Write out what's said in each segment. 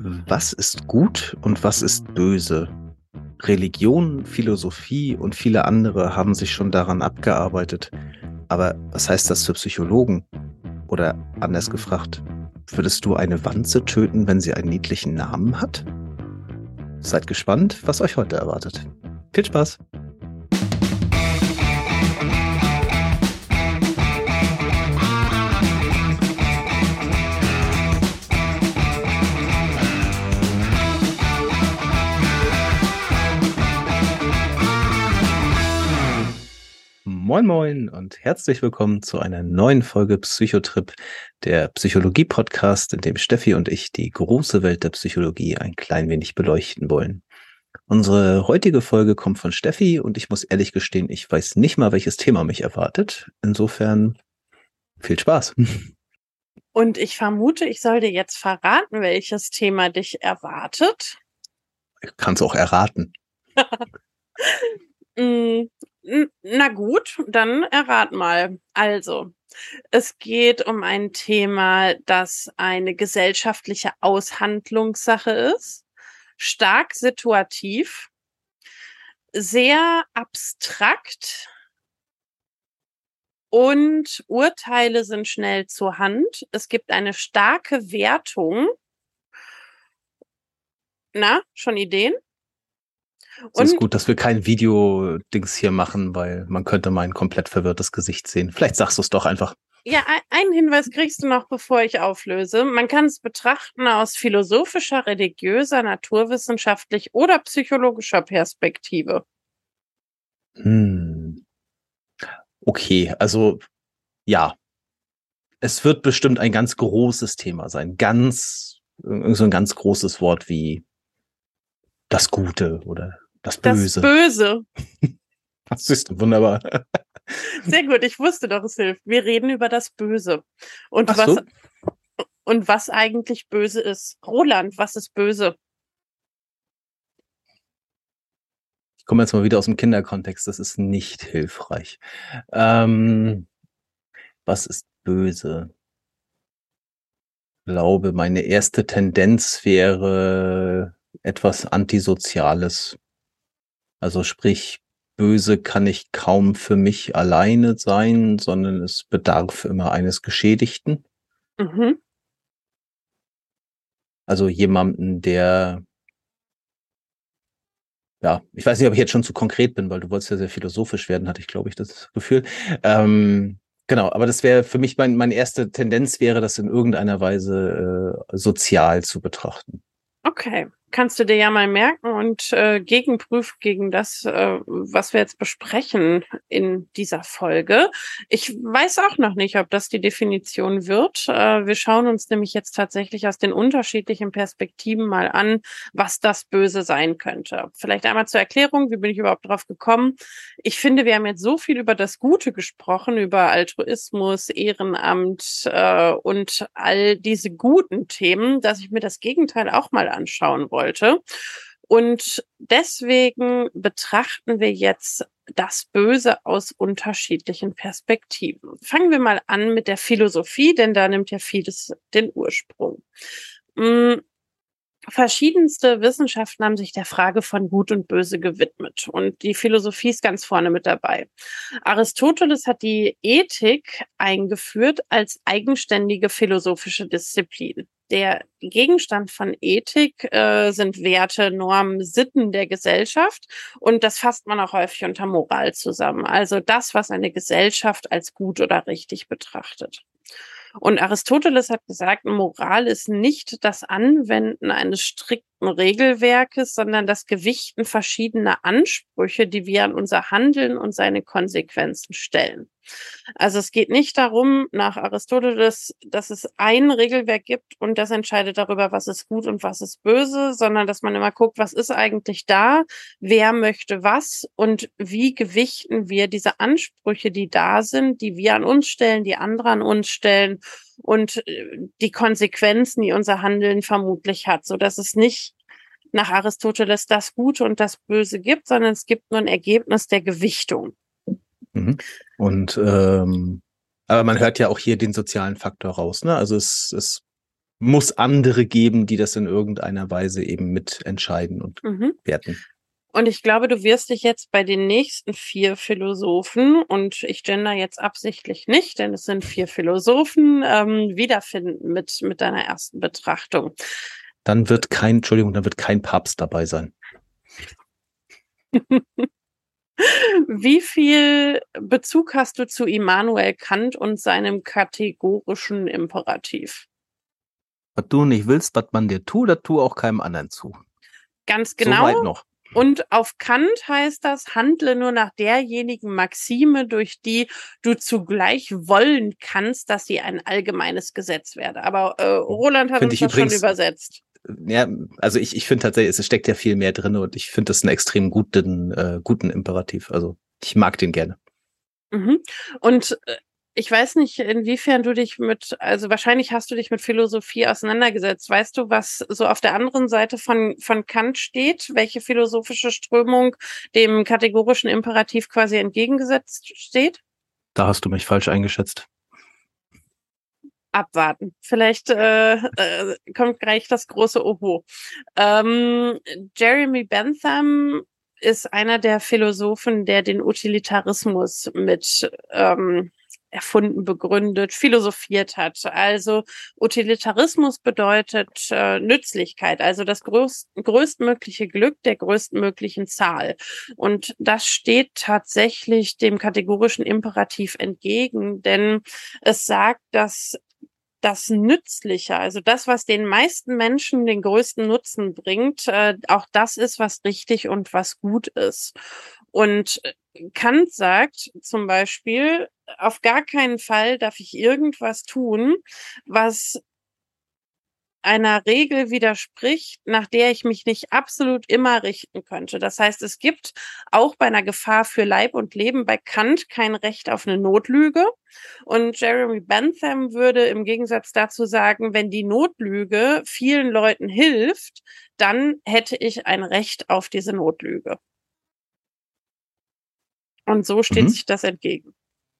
Was ist gut und was ist böse? Religion, Philosophie und viele andere haben sich schon daran abgearbeitet. Aber was heißt das für Psychologen? Oder anders gefragt, würdest du eine Wanze töten, wenn sie einen niedlichen Namen hat? Seid gespannt, was euch heute erwartet. Viel Spaß! Moin Moin und herzlich willkommen zu einer neuen Folge Psychotrip, der Psychologie-Podcast, in dem Steffi und ich die große Welt der Psychologie ein klein wenig beleuchten wollen. Unsere heutige Folge kommt von Steffi und ich muss ehrlich gestehen, ich weiß nicht mal, welches Thema mich erwartet. Insofern viel Spaß. Und ich vermute, ich soll dir jetzt verraten, welches Thema dich erwartet. Ich kann es auch erraten. Na gut, dann errat mal. Also, es geht um ein Thema, das eine gesellschaftliche Aushandlungssache ist, stark situativ, sehr abstrakt und Urteile sind schnell zur Hand. Es gibt eine starke Wertung. Na, schon Ideen? Es ist gut, dass wir kein Video-Dings hier machen, weil man könnte mein komplett verwirrtes Gesicht sehen. Vielleicht sagst du es doch einfach. Ja, einen Hinweis kriegst du noch, bevor ich auflöse. Man kann es betrachten aus philosophischer, religiöser, naturwissenschaftlich oder psychologischer Perspektive. Okay, also ja, es wird bestimmt ein ganz großes Thema sein. So ein ganz großes Wort wie das Gute oder das Böse. Das Böse. Das ist wunderbar. Sehr gut, ich wusste doch, es hilft. Wir reden über das Böse. Und Ach so. was eigentlich böse ist. Roland, was ist böse? Ich komme jetzt mal wieder aus dem Kinderkontext, das ist nicht hilfreich. Was ist böse? Ich glaube, meine erste Tendenz wäre etwas Antisoziales. Also sprich, böse kann ich kaum für mich alleine sein, sondern es bedarf immer eines Geschädigten. Mhm. Also jemanden, der, ja, ich weiß nicht, ob ich jetzt schon zu konkret bin, weil du wolltest ja sehr philosophisch werden, hatte ich, glaube ich, das Gefühl. Genau, aber das wäre für mich meine erste Tendenz wäre, das in irgendeiner Weise sozial zu betrachten. Okay, kannst du dir ja mal merken und gegenprüfen gegen das, was wir jetzt besprechen in dieser Folge. Ich weiß auch noch nicht, ob das die Definition wird. Wir schauen uns nämlich jetzt tatsächlich aus den unterschiedlichen Perspektiven mal an, was das Böse sein könnte. Vielleicht einmal zur Erklärung, wie bin ich überhaupt drauf gekommen? Ich finde, wir haben jetzt so viel über das Gute gesprochen, über Altruismus, Ehrenamt und all diese guten Themen, dass ich mir das Gegenteil auch mal anschauen wollte. Und deswegen betrachten wir jetzt das Böse aus unterschiedlichen Perspektiven. Fangen wir mal an mit der Philosophie, denn da nimmt ja vieles den Ursprung. Verschiedenste Wissenschaften haben sich der Frage von Gut und Böse gewidmet und die Philosophie ist ganz vorne mit dabei. Aristoteles hat die Ethik eingeführt als eigenständige philosophische Disziplin. Der Gegenstand von Ethik sind Werte, Normen, Sitten der Gesellschaft und das fasst man auch häufig unter Moral zusammen. Also das, was eine Gesellschaft als gut oder richtig betrachtet. Und Aristoteles hat gesagt, Moral ist nicht das Anwenden eines strikten Regelwerkes, sondern das Gewichten verschiedener Ansprüche, die wir an unser Handeln und seine Konsequenzen stellen. Also es geht nicht darum, nach Aristoteles, dass es ein Regelwerk gibt und das entscheidet darüber, was ist gut und was ist böse, sondern dass man immer guckt, was ist eigentlich da, wer möchte was und wie gewichten wir diese Ansprüche, die da sind, die wir an uns stellen, die andere an uns stellen und die Konsequenzen, die unser Handeln vermutlich hat, so dass es nicht nach Aristoteles das Gute und das Böse gibt, sondern es gibt nur ein Ergebnis der Gewichtung. Und aber man hört ja auch hier den sozialen Faktor raus, ne? Also es muss andere geben, die das in irgendeiner Weise eben mitentscheiden und werten. Und ich glaube, du wirst dich jetzt bei den nächsten 4 Philosophen, und ich gender jetzt absichtlich nicht, denn es sind 4 Philosophen, wiederfinden mit deiner ersten Betrachtung. Dann wird kein Papst dabei sein. Wie viel Bezug hast du zu Immanuel Kant und seinem kategorischen Imperativ? Was du nicht willst, was man dir tut, das tu auch keinem anderen zu. Ganz genau. Soweit noch. Und auf Kant heißt das, handle nur nach derjenigen Maxime, durch die du zugleich wollen kannst, dass sie ein allgemeines Gesetz werde. Aber Roland hat uns das schon übersetzt. Ja, also ich finde tatsächlich, es steckt ja viel mehr drin und ich finde das einen extrem guten Imperativ. Also ich mag den gerne. Und ich weiß nicht, inwiefern du dich also wahrscheinlich hast du dich mit Philosophie auseinandergesetzt. Weißt du, was so auf der anderen Seite von Kant steht? Welche philosophische Strömung dem kategorischen Imperativ quasi entgegengesetzt steht? Da hast du mich falsch eingeschätzt. Abwarten. Vielleicht kommt gleich das große Oho. Jeremy Bentham ist einer der Philosophen, der den Utilitarismus mit erfunden, begründet, philosophiert hat. Also Utilitarismus bedeutet Nützlichkeit, also das größtmögliche Glück der größtmöglichen Zahl. Und das steht tatsächlich dem kategorischen Imperativ entgegen, denn es sagt, dass das Nützliche, also das, was den meisten Menschen den größten Nutzen bringt, auch das ist, was richtig und was gut ist. Und Kant sagt zum Beispiel, auf gar keinen Fall darf ich irgendwas tun, was einer Regel widerspricht, nach der ich mich nicht absolut immer richten könnte. Das heißt, es gibt auch bei einer Gefahr für Leib und Leben bei Kant kein Recht auf eine Notlüge. Und Jeremy Bentham würde im Gegensatz dazu sagen, wenn die Notlüge vielen Leuten hilft, dann hätte ich ein Recht auf diese Notlüge. Und so steht sich das entgegen.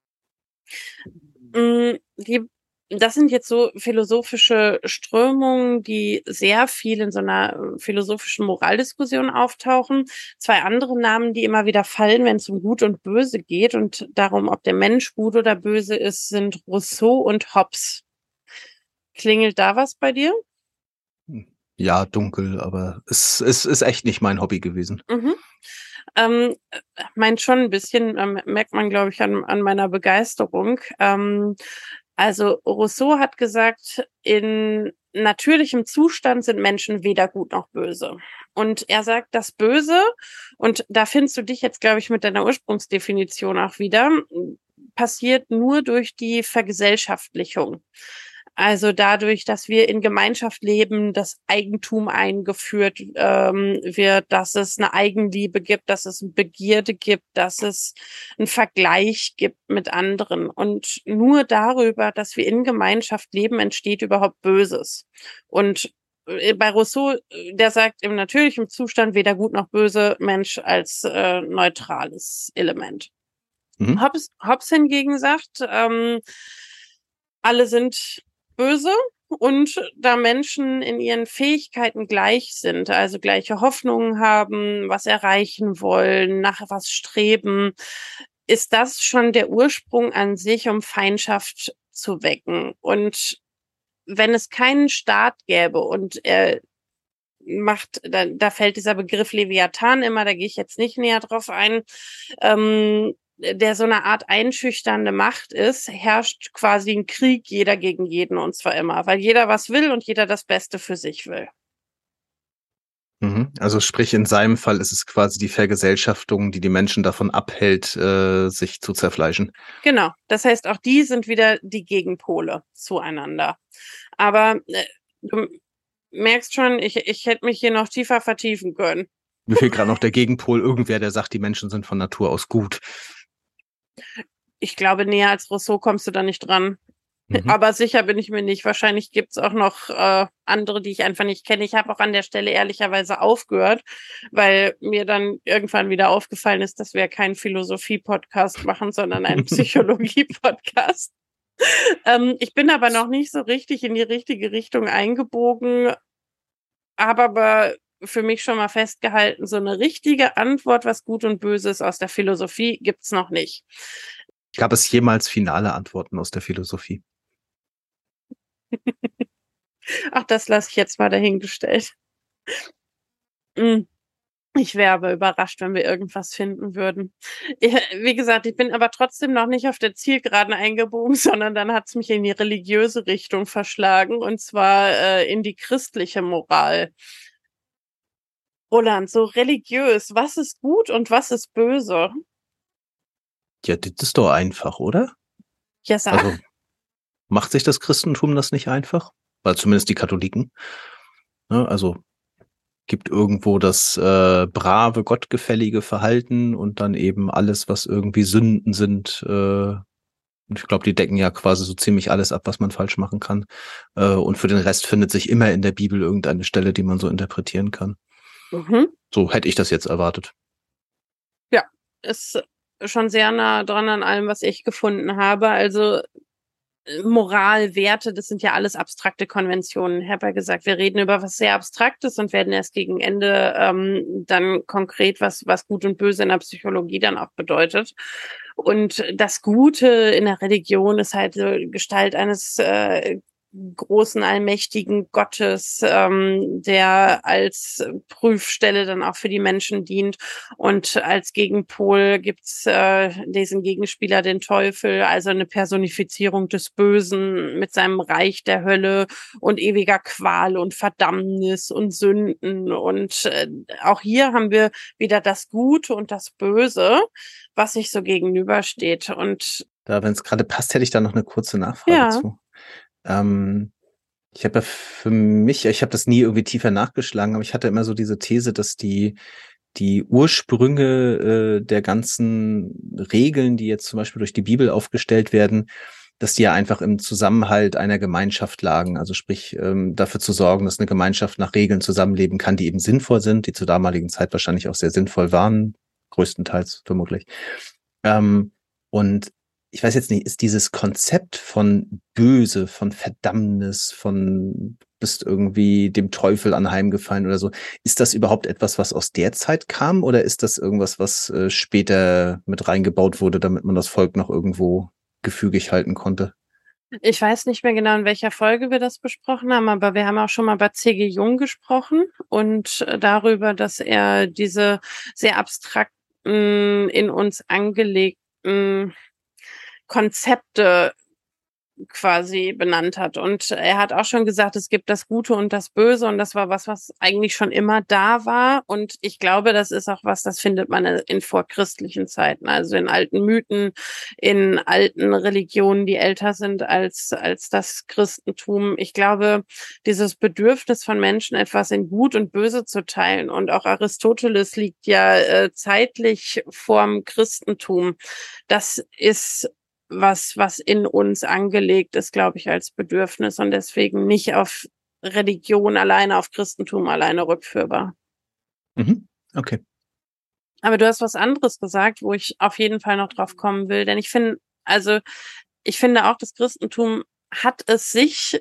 Das sind jetzt so philosophische Strömungen, die sehr viel in so einer philosophischen Moraldiskussion auftauchen. 2 andere Namen, die immer wieder fallen, wenn es um Gut und Böse geht und darum, ob der Mensch gut oder böse ist, sind Rousseau und Hobbes. Klingelt da was bei dir? Ja, dunkel, aber es ist echt nicht mein Hobby gewesen. Meint schon ein bisschen, merkt man, glaube ich, an meiner Begeisterung. Also Rousseau hat gesagt, in natürlichem Zustand sind Menschen weder gut noch böse. Und er sagt, das Böse, und da findest du dich jetzt, glaube ich, mit deiner Ursprungsdefinition auch wieder, passiert nur durch die Vergesellschaftlichung. Also dadurch, dass wir in Gemeinschaft leben, das Eigentum eingeführt wird, dass es eine Eigenliebe gibt, dass es eine Begierde gibt, dass es einen Vergleich gibt mit anderen. Und nur darüber, dass wir in Gemeinschaft leben, entsteht überhaupt Böses. Und bei Rousseau, der sagt im natürlichen Zustand weder gut noch böse, Mensch als neutrales Element. Hobbes hingegen sagt, alle sind böse, und da Menschen in ihren Fähigkeiten gleich sind, also gleiche Hoffnungen haben, was erreichen wollen, nach was streben, ist das schon der Ursprung an sich, um Feindschaft zu wecken. Und wenn es keinen Staat gäbe und er da fällt dieser Begriff Leviathan immer, da gehe ich jetzt nicht näher drauf ein, der so eine Art einschüchternde Macht ist, herrscht quasi ein Krieg, jeder gegen jeden, und zwar immer, weil jeder was will und jeder das Beste für sich will. Also sprich, in seinem Fall ist es quasi die Vergesellschaftung, die Menschen davon abhält, sich zu zerfleischen. Genau, das heißt, auch die sind wieder die Gegenpole zueinander. Aber du merkst schon, ich hätte mich hier noch tiefer vertiefen können. Mir fehlt gerade noch der Gegenpol, irgendwer, der sagt, die Menschen sind von Natur aus gut. Ich glaube, näher als Rousseau kommst du da nicht dran. Aber sicher bin ich mir nicht. Wahrscheinlich gibt's auch noch andere, die ich einfach nicht kenne. Ich habe auch an der Stelle ehrlicherweise aufgehört, weil mir dann irgendwann wieder aufgefallen ist, dass wir keinen Philosophie-Podcast machen, sondern einen Psychologie-Podcast. Ich bin aber noch nicht so richtig in die richtige Richtung eingebogen, habe aber für mich schon mal festgehalten, so eine richtige Antwort, was gut und böse ist aus der Philosophie, gibt's noch nicht. Gab es jemals finale Antworten aus der Philosophie? Ach, das lasse ich jetzt mal dahingestellt. Mm. Ich wäre aber überrascht, wenn wir irgendwas finden würden. Wie gesagt, ich bin aber trotzdem noch nicht auf der Zielgeraden eingebogen, sondern dann hat's mich in die religiöse Richtung verschlagen, und zwar in die christliche Moral. Roland, so religiös, was ist gut und was ist böse? Ja, das ist doch einfach, oder? Ja, sag. Also macht sich das Christentum das nicht einfach? Weil zumindest die Katholiken. Ne? Also gibt irgendwo das brave, gottgefällige Verhalten und dann eben alles, was irgendwie Sünden sind. Und ich glaube, die decken ja quasi so ziemlich alles ab, was man falsch machen kann. Und für den Rest findet sich immer in der Bibel irgendeine Stelle, die man so interpretieren kann. Mhm. So hätte ich das jetzt erwartet. Ja, ist schon sehr nah dran an allem, was ich gefunden habe. Also Moral, Werte, das sind ja alles abstrakte Konventionen. Ich habe ja gesagt, wir reden über was sehr Abstraktes und werden erst gegen Ende dann konkret, was Gut und Böse in der Psychologie dann auch bedeutet. Und das Gute in der Religion ist halt so Gestalt eines großen, allmächtigen Gottes, der als Prüfstelle dann auch für die Menschen dient. Und als Gegenpol gibt's diesen Gegenspieler, den Teufel, also eine Personifizierung des Bösen mit seinem Reich der Hölle und ewiger Qual und Verdammnis und Sünden. Und auch hier haben wir wieder das Gute und das Böse, was sich so gegenübersteht. Und Da, wenn es gerade passt, hätte ich da noch eine kurze Nachfrage ja, zu. Ich habe ja für mich, ich habe das nie irgendwie tiefer nachgeschlagen, aber ich hatte immer so diese These, dass die Ursprünge der ganzen Regeln, die jetzt zum Beispiel durch die Bibel aufgestellt werden, dass die ja einfach im Zusammenhalt einer Gemeinschaft lagen. Also sprich, dafür zu sorgen, dass eine Gemeinschaft nach Regeln zusammenleben kann, die eben sinnvoll sind, die zur damaligen Zeit wahrscheinlich auch sehr sinnvoll waren, größtenteils vermutlich. Und ich weiß jetzt nicht, ist dieses Konzept von Böse, von Verdammnis, von bist irgendwie dem Teufel anheimgefallen oder so, ist das überhaupt etwas, was aus der Zeit kam, oder ist das irgendwas, was später mit reingebaut wurde, damit man das Volk noch irgendwo gefügig halten konnte? ich weiß nicht mehr genau, in welcher Folge wir das besprochen haben, aber wir haben auch schon mal bei C.G. Jung gesprochen und darüber, dass er diese sehr abstrakten, in uns angelegten Konzepte quasi benannt hat. Und er hat auch schon gesagt, es gibt das Gute und das Böse, und das war was eigentlich schon immer da war. Und ich glaube, das ist auch was, das findet man in vorchristlichen Zeiten, also in alten Mythen, in alten Religionen, die älter sind als das Christentum. Ich glaube, dieses Bedürfnis von Menschen, etwas in Gut und Böse zu teilen, und auch Aristoteles liegt ja zeitlich vorm Christentum. Das ist was in uns angelegt ist, glaube ich, als Bedürfnis, und deswegen nicht auf Religion alleine, auf Christentum alleine rückführbar. Mhm. Okay. Aber du hast was anderes gesagt, wo ich auf jeden Fall noch drauf kommen will, denn ich finde auch, das Christentum hat es sich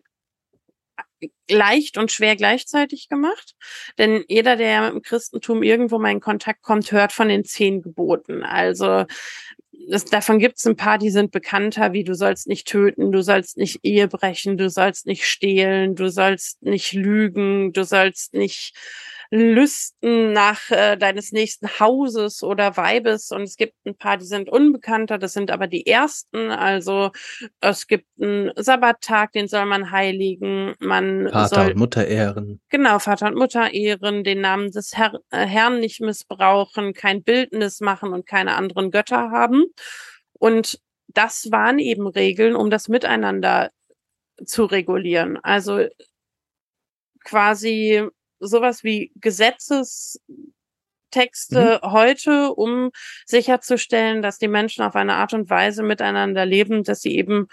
leicht und schwer gleichzeitig gemacht. Denn jeder, der mit dem Christentum irgendwo mal in Kontakt kommt, hört von den 10 Geboten. Also davon gibt es ein paar, die sind bekannter, wie du sollst nicht töten, du sollst nicht Ehe brechen, du sollst nicht stehlen, du sollst nicht lügen, du sollst nicht lüsten nach deines nächsten Hauses oder Weibes. Und es gibt ein paar, die sind unbekannter, das sind aber die ersten. Also es gibt einen Sabbattag, den soll man heiligen. Man Vater soll und Mutter ehren. genau Vater und Mutter ehren, den Namen des Herrn nicht missbrauchen, kein Bildnis machen und keine anderen Götter haben. Und das waren eben Regeln, um das Miteinander zu regulieren. Also quasi sowas wie Gesetzestexte Mhm. heute, um sicherzustellen, dass die Menschen auf eine Art und Weise miteinander leben, dass sie eben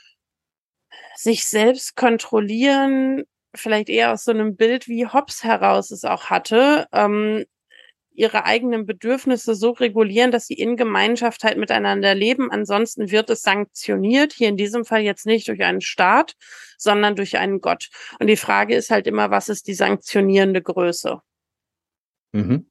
sich selbst kontrollieren, vielleicht eher aus so einem Bild, wie Hobbes heraus es auch hatte, ihre eigenen Bedürfnisse so regulieren, dass sie in Gemeinschaft halt miteinander leben. Ansonsten wird es sanktioniert. Hier in diesem Fall jetzt nicht durch einen Staat, sondern durch einen Gott. Und die Frage ist halt immer, was ist die sanktionierende Größe? Mhm.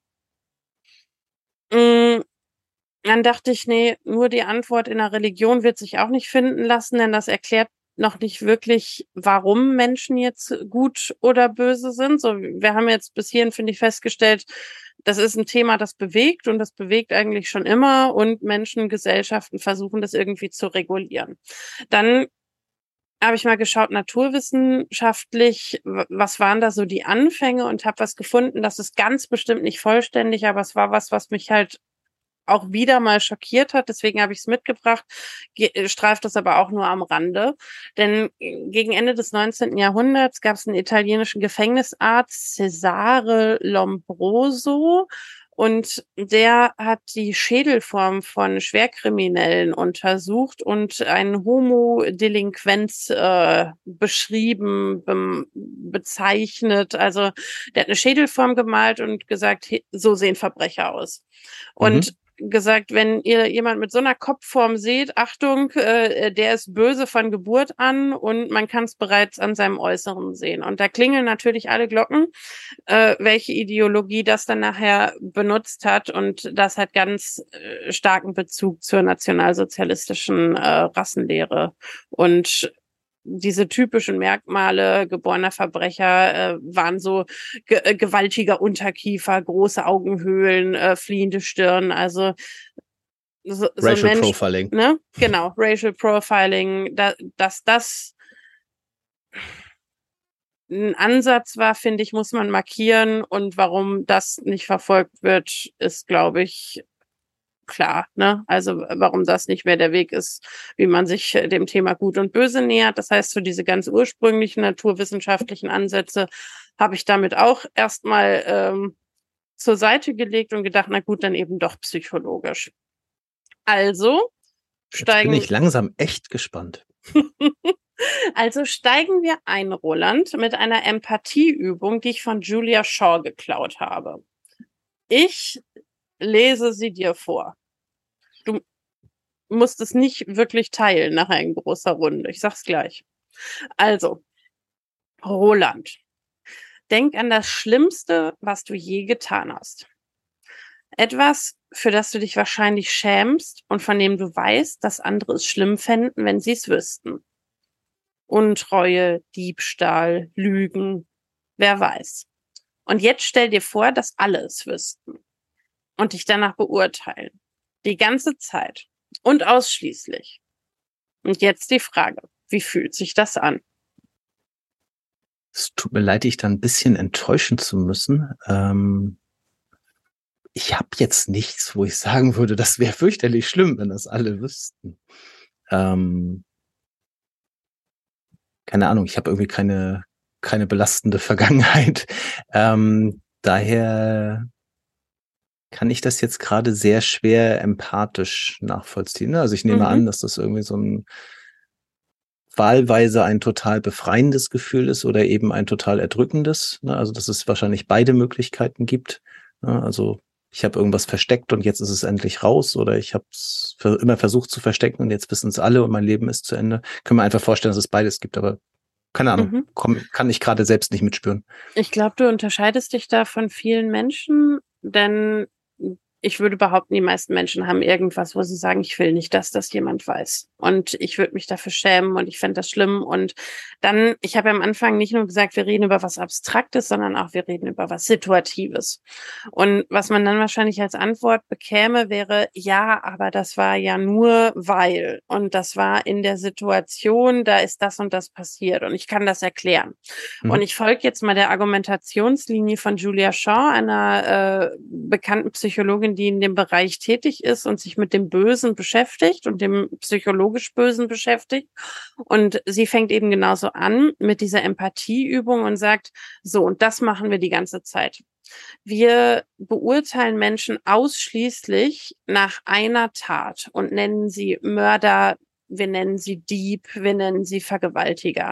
Dann dachte ich, nee, nur die Antwort in der Religion wird sich auch nicht finden lassen, denn das erklärt noch nicht wirklich, warum Menschen jetzt gut oder böse sind. So, wir haben jetzt bis hierhin, finde ich, festgestellt, das ist ein Thema, das bewegt und das bewegt eigentlich schon immer und Menschen, Gesellschaften versuchen das irgendwie zu regulieren. Dann habe ich mal geschaut, naturwissenschaftlich, was waren da so die Anfänge und habe was gefunden, das ist ganz bestimmt nicht vollständig, aber es war was mich halt auch wieder mal schockiert hat. Deswegen habe ich es mitgebracht, streift das aber auch nur am Rande. Denn gegen Ende des 19. Jahrhunderts gab es einen italienischen Gefängnisarzt, Cesare Lombroso, und der hat die Schädelform von Schwerkriminellen untersucht und einen Homo-Delinquenz beschrieben, bezeichnet. Also der hat eine Schädelform gemalt und gesagt, so sehen Verbrecher aus. Und gesagt, wenn ihr jemand mit so einer Kopfform seht, Achtung, der ist böse von Geburt an und man kann es bereits an seinem Äußeren sehen. Und da klingeln natürlich alle Glocken, welche Ideologie das dann nachher benutzt hat. Und das hat ganz starken Bezug zur nationalsozialistischen Rassenlehre. Und diese typischen Merkmale geborener Verbrecher waren so gewaltiger Unterkiefer, große Augenhöhlen, fliehende Stirn, also so Racial Mensch, Profiling. ne? Genau, Racial Profiling, dass das ein Ansatz war, finde ich, muss man markieren, und warum das nicht verfolgt wird, ist, glaube ich, klar, ne? Also warum das nicht mehr der Weg ist, wie man sich dem Thema Gut und Böse nähert. Das heißt, so diese ganz ursprünglichen naturwissenschaftlichen Ansätze habe ich damit auch erstmal zur Seite gelegt und gedacht, na gut, dann eben doch psychologisch. Also Jetzt bin steigen, ich langsam echt gespannt. also steigen wir ein, Roland, mit einer Empathieübung, die ich von Julia Shaw geklaut habe. Ich lese sie dir vor. Du musst es nicht wirklich teilen nach einer großer Runde. Ich sag's gleich. Also, Roland, denk an das Schlimmste, was du je getan hast. Etwas, für das du dich wahrscheinlich schämst und von dem du weißt, dass andere es schlimm fänden, wenn sie es wüssten. Untreue, Diebstahl, Lügen, wer weiß. Und jetzt stell dir vor, dass alle es wüssten und dich danach beurteilen. Die ganze Zeit und ausschließlich. Und jetzt die Frage, wie fühlt sich das an? Es tut mir leid, dich da ein bisschen enttäuschen zu müssen. Ich habe jetzt nichts, wo ich sagen würde, das wäre fürchterlich schlimm, wenn das alle wüssten. Keine Ahnung, ich habe irgendwie keine belastende Vergangenheit. Daher kann ich das jetzt gerade sehr schwer empathisch nachvollziehen. Also ich nehme an, dass das irgendwie so ein wahlweise ein total befreiendes Gefühl ist oder eben ein total erdrückendes. Ne? Also dass es wahrscheinlich beide Möglichkeiten gibt. Ne? Also ich habe irgendwas versteckt und jetzt ist es endlich raus, oder ich habe es immer versucht zu verstecken und jetzt wissen es alle und mein Leben ist zu Ende. Können wir einfach vorstellen, dass es beides gibt, aber keine Ahnung, kann ich gerade selbst nicht mitspüren. Ich glaube, du unterscheidest dich da von vielen Menschen, denn ich würde behaupten, die meisten Menschen haben irgendwas, wo sie sagen, ich will nicht, dass das jemand weiß. Und ich würde mich dafür schämen und ich fände das schlimm. Und dann, ich habe am Anfang nicht nur gesagt, wir reden über was Abstraktes, sondern auch, wir reden über was Situatives. Und was man dann wahrscheinlich als Antwort bekäme, wäre, ja, aber das war ja nur weil. Und das war in der Situation, da ist das und das passiert. Und ich kann das erklären. Und ich folge jetzt mal der Argumentationslinie von Julia Shaw, einer bekannten Psychologin, die in dem Bereich tätig ist und sich mit dem Bösen beschäftigt und dem psychologisch Bösen beschäftigt. Und sie fängt eben genauso an mit dieser Empathieübung und sagt, so, und das machen wir die ganze Zeit. Wir beurteilen Menschen ausschließlich nach einer Tat und nennen sie Mörder, wir nennen sie Dieb, wir nennen sie Vergewaltiger.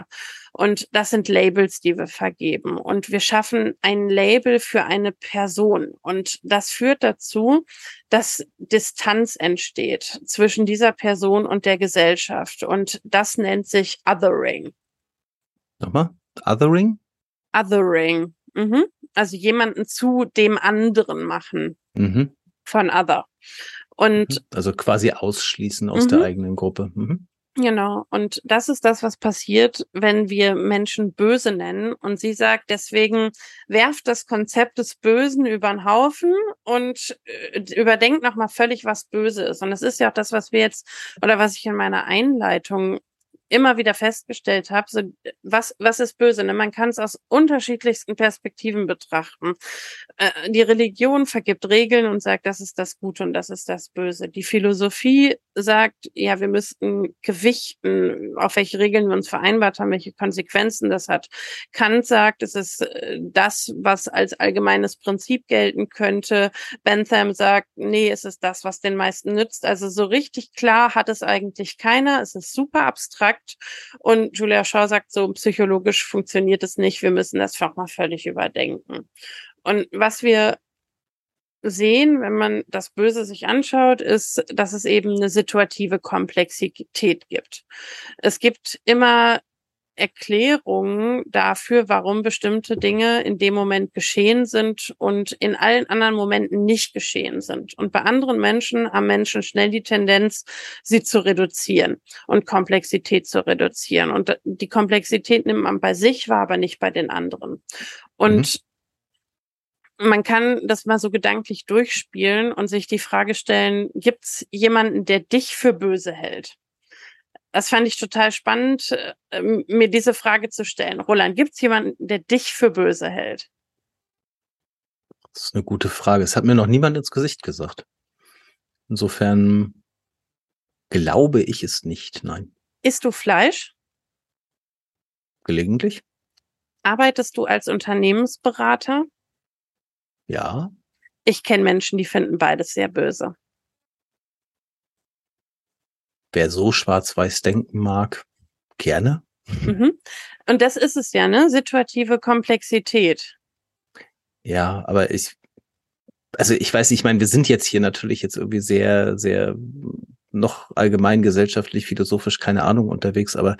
Und das sind Labels, die wir vergeben. Und wir schaffen ein Label für eine Person. Und das führt dazu, dass Distanz entsteht zwischen dieser Person und der Gesellschaft. Und das nennt sich Othering. Nochmal? Othering? Othering. Mhm. Also jemanden zu dem anderen machen. Mhm. Von Other. Und also quasi ausschließen aus der eigenen Gruppe. Mhm. Genau. Und das ist das, was passiert, wenn wir Menschen böse nennen. Und sie sagt, deswegen werft das Konzept des Bösen über den Haufen und überdenkt nochmal völlig, was böse ist. Und das ist ja auch das, was wir jetzt, oder was ich in meiner Einleitung immer wieder festgestellt habe, so, was ist böse? Ne? Man kann es aus unterschiedlichsten Perspektiven betrachten. Die Religion vergibt Regeln und sagt, das ist das Gute und das ist das Böse. Die Philosophie sagt, ja, wir müssten gewichten, auf welche Regeln wir uns vereinbart haben, welche Konsequenzen das hat. Kant sagt, es ist das, was als allgemeines Prinzip gelten könnte. Bentham sagt, nee, es ist das, was den meisten nützt. Also so richtig klar hat es eigentlich keiner. Es ist super abstrakt. Und Julia Shaw sagt so, psychologisch funktioniert es nicht. Wir müssen das einfach mal völlig überdenken. Und was wir sehen, wenn man das Böse sich anschaut, ist, dass es eben eine situative Komplexität gibt. Es gibt immer Erklärungen dafür, warum bestimmte Dinge in dem Moment geschehen sind und in allen anderen Momenten nicht geschehen sind. Und bei anderen Menschen haben Menschen schnell die Tendenz, sie zu reduzieren und Komplexität zu reduzieren. Und die Komplexität nimmt man bei sich wahr, aber nicht bei den anderen. Und man kann das mal so gedanklich durchspielen und sich die Frage stellen, gibt es jemanden, der dich für böse hält? Das fand ich total spannend, mir diese Frage zu stellen. Roland, gibt es jemanden, der dich für böse hält? Das ist eine gute Frage. Es hat mir noch niemand ins Gesicht gesagt. Insofern glaube ich es nicht, nein. Isst du Fleisch? Gelegentlich? Arbeitest du als Unternehmensberater? Ja. Ich kenne Menschen, die finden beides sehr böse. Wer so schwarz-weiß denken mag, gerne. Mhm. Und das ist es ja, ne? Situative Komplexität. Ja, aber ich weiß nicht, ich meine, wir sind jetzt hier natürlich jetzt irgendwie sehr, sehr noch allgemein gesellschaftlich, philosophisch, keine Ahnung, unterwegs, aber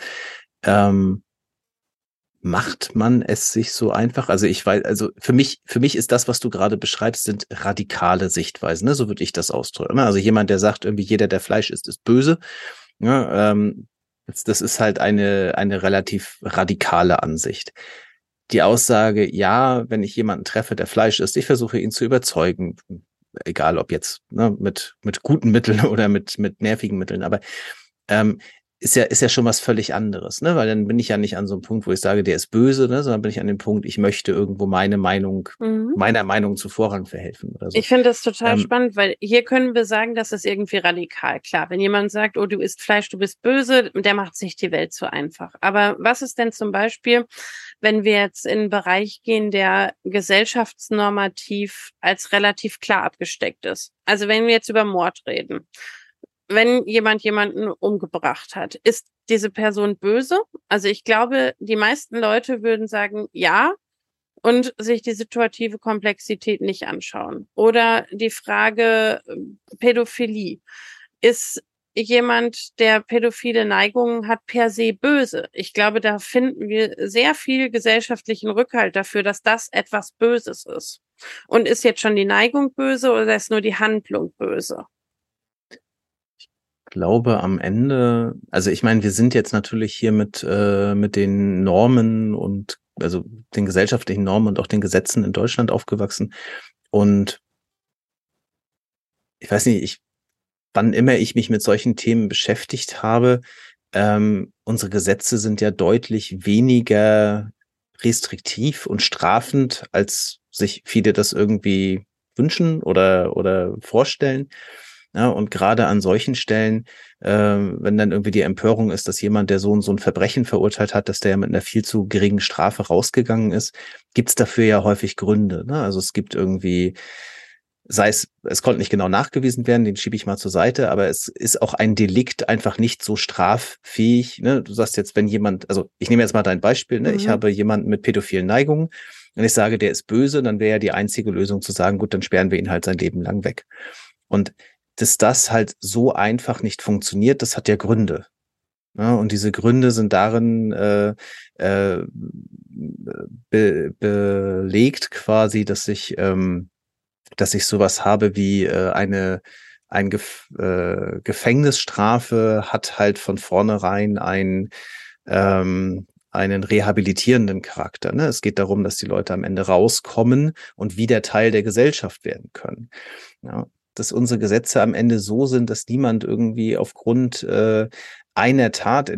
macht man es sich so einfach? Also ich weiß, also für mich ist das, was du gerade beschreibst, sind radikale Sichtweisen, ne? So würde ich das ausdrücken. Also jemand, der sagt, irgendwie jeder, der Fleisch isst, ist böse. Ja, das ist halt eine relativ radikale Ansicht. Die Aussage, ja, wenn ich jemanden treffe, der Fleisch isst, ich versuche ihn zu überzeugen, egal ob jetzt mit guten Mitteln oder mit nervigen Mitteln, aber ist ja schon was völlig anderes, ne? Weil dann bin ich ja nicht an so einem Punkt, wo ich sage, der ist böse, ne? Sondern bin ich an dem Punkt, ich möchte irgendwo meiner Meinung zu Vorrang verhelfen oder so. Ich finde das total spannend, weil hier können wir sagen, das ist irgendwie radikal. Klar, wenn jemand sagt, oh, du isst Fleisch, du bist böse, der macht sich die Welt zu einfach. Aber was ist denn zum Beispiel, wenn wir jetzt in einen Bereich gehen, der gesellschaftsnormativ als relativ klar abgesteckt ist? Also wenn wir jetzt über Mord reden. Wenn jemand jemanden umgebracht hat, ist diese Person böse? Also ich glaube, die meisten Leute würden sagen, ja, und sich die situative Komplexität nicht anschauen. Oder die Frage Pädophilie. Ist jemand, der pädophile Neigungen hat, per se böse? Ich glaube, da finden wir sehr viel gesellschaftlichen Rückhalt dafür, dass das etwas Böses ist. Und ist jetzt schon die Neigung böse oder ist nur die Handlung böse? Glaube am Ende, also ich meine, wir sind jetzt natürlich hier mit den Normen und also den gesellschaftlichen Normen und auch den Gesetzen in Deutschland aufgewachsen. Und ich weiß nicht, wann immer ich mich mit solchen Themen beschäftigt habe, unsere Gesetze sind ja deutlich weniger restriktiv und strafend, als sich viele das irgendwie wünschen oder vorstellen. Ja, und gerade an solchen Stellen, wenn dann irgendwie die Empörung ist, dass jemand, der so ein Verbrechen verurteilt hat, dass der ja mit einer viel zu geringen Strafe rausgegangen ist, gibt's dafür ja häufig Gründe, ne? Also es gibt irgendwie sei es konnte nicht genau nachgewiesen werden, den schiebe ich mal zur Seite, aber es ist auch ein Delikt einfach nicht so straffähig. Ne? Du sagst jetzt, wenn jemand, also ich nehme jetzt mal dein Beispiel, ne? Ich habe jemanden mit pädophilen Neigungen und ich sage, der ist böse, dann wäre ja die einzige Lösung zu sagen, gut, dann sperren wir ihn halt sein Leben lang weg. Und dass das halt so einfach nicht funktioniert, das hat ja Gründe. Ja, und diese Gründe sind darin belegt quasi, dass ich sowas habe wie Gefängnisstrafe hat halt von vornherein einen rehabilitierenden Charakter. Ne? Es geht darum, dass die Leute am Ende rauskommen und wieder Teil der Gesellschaft werden können. Ja, dass unsere Gesetze am Ende so sind, dass niemand irgendwie aufgrund einer Tat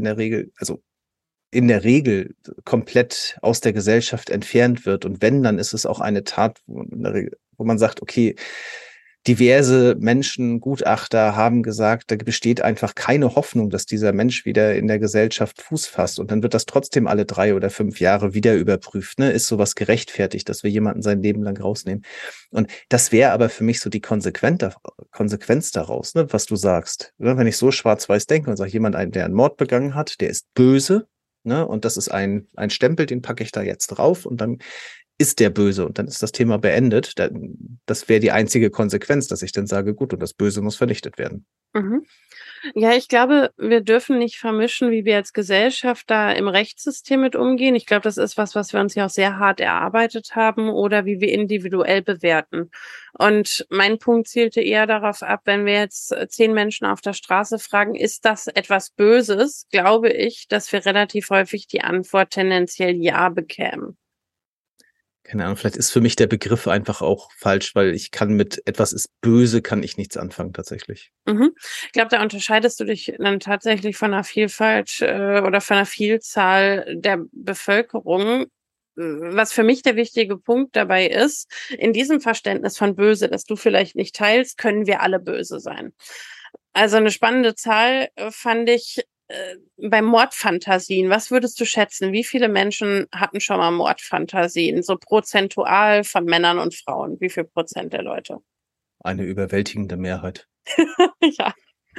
in der Regel komplett aus der Gesellschaft entfernt wird. Und wenn, dann ist es auch eine Tat, wo man sagt, okay, diverse Menschen, Gutachter haben gesagt, da besteht einfach keine Hoffnung, dass dieser Mensch wieder in der Gesellschaft Fuß fasst. Und dann wird das trotzdem alle 3 oder 5 Jahre wieder überprüft. Ne? Ist sowas gerechtfertigt, dass wir jemanden sein Leben lang rausnehmen? Und das wäre aber für mich so die Konsequenz daraus, ne? Was du sagst. Ne? Wenn ich so schwarz-weiß denke und sage, jemand, der einen Mord begangen hat, der ist böse, ne? Und das ist ein Stempel, den packe ich da jetzt drauf und dann ist der böse und dann ist das Thema beendet. Das wäre die einzige Konsequenz, dass ich dann sage, gut, und das Böse muss vernichtet werden. Mhm. Ja, ich glaube, wir dürfen nicht vermischen, wie wir als Gesellschaft da im Rechtssystem mit umgehen. Ich glaube, das ist was wir uns ja auch sehr hart erarbeitet haben oder wie wir individuell bewerten. Und mein Punkt zielte eher darauf ab, wenn wir jetzt 10 Menschen auf der Straße fragen, ist das etwas Böses, glaube ich, dass wir relativ häufig die Antwort tendenziell ja bekämen. Keine Ahnung, vielleicht ist für mich der Begriff einfach auch falsch, weil ich kann mit etwas ist böse, kann ich nichts anfangen tatsächlich. Mhm. Ich glaube, da unterscheidest du dich dann tatsächlich von einer Vielfalt oder von einer Vielzahl der Bevölkerung. Was für mich der wichtige Punkt dabei ist, in diesem Verständnis von böse, das du vielleicht nicht teilst, können wir alle böse sein. Also eine spannende Zahl fand ich bei Mordfantasien. Was würdest du schätzen? Wie viele Menschen hatten schon mal Mordfantasien? So prozentual von Männern und Frauen. Wie viel Prozent der Leute? Eine überwältigende Mehrheit. Ja.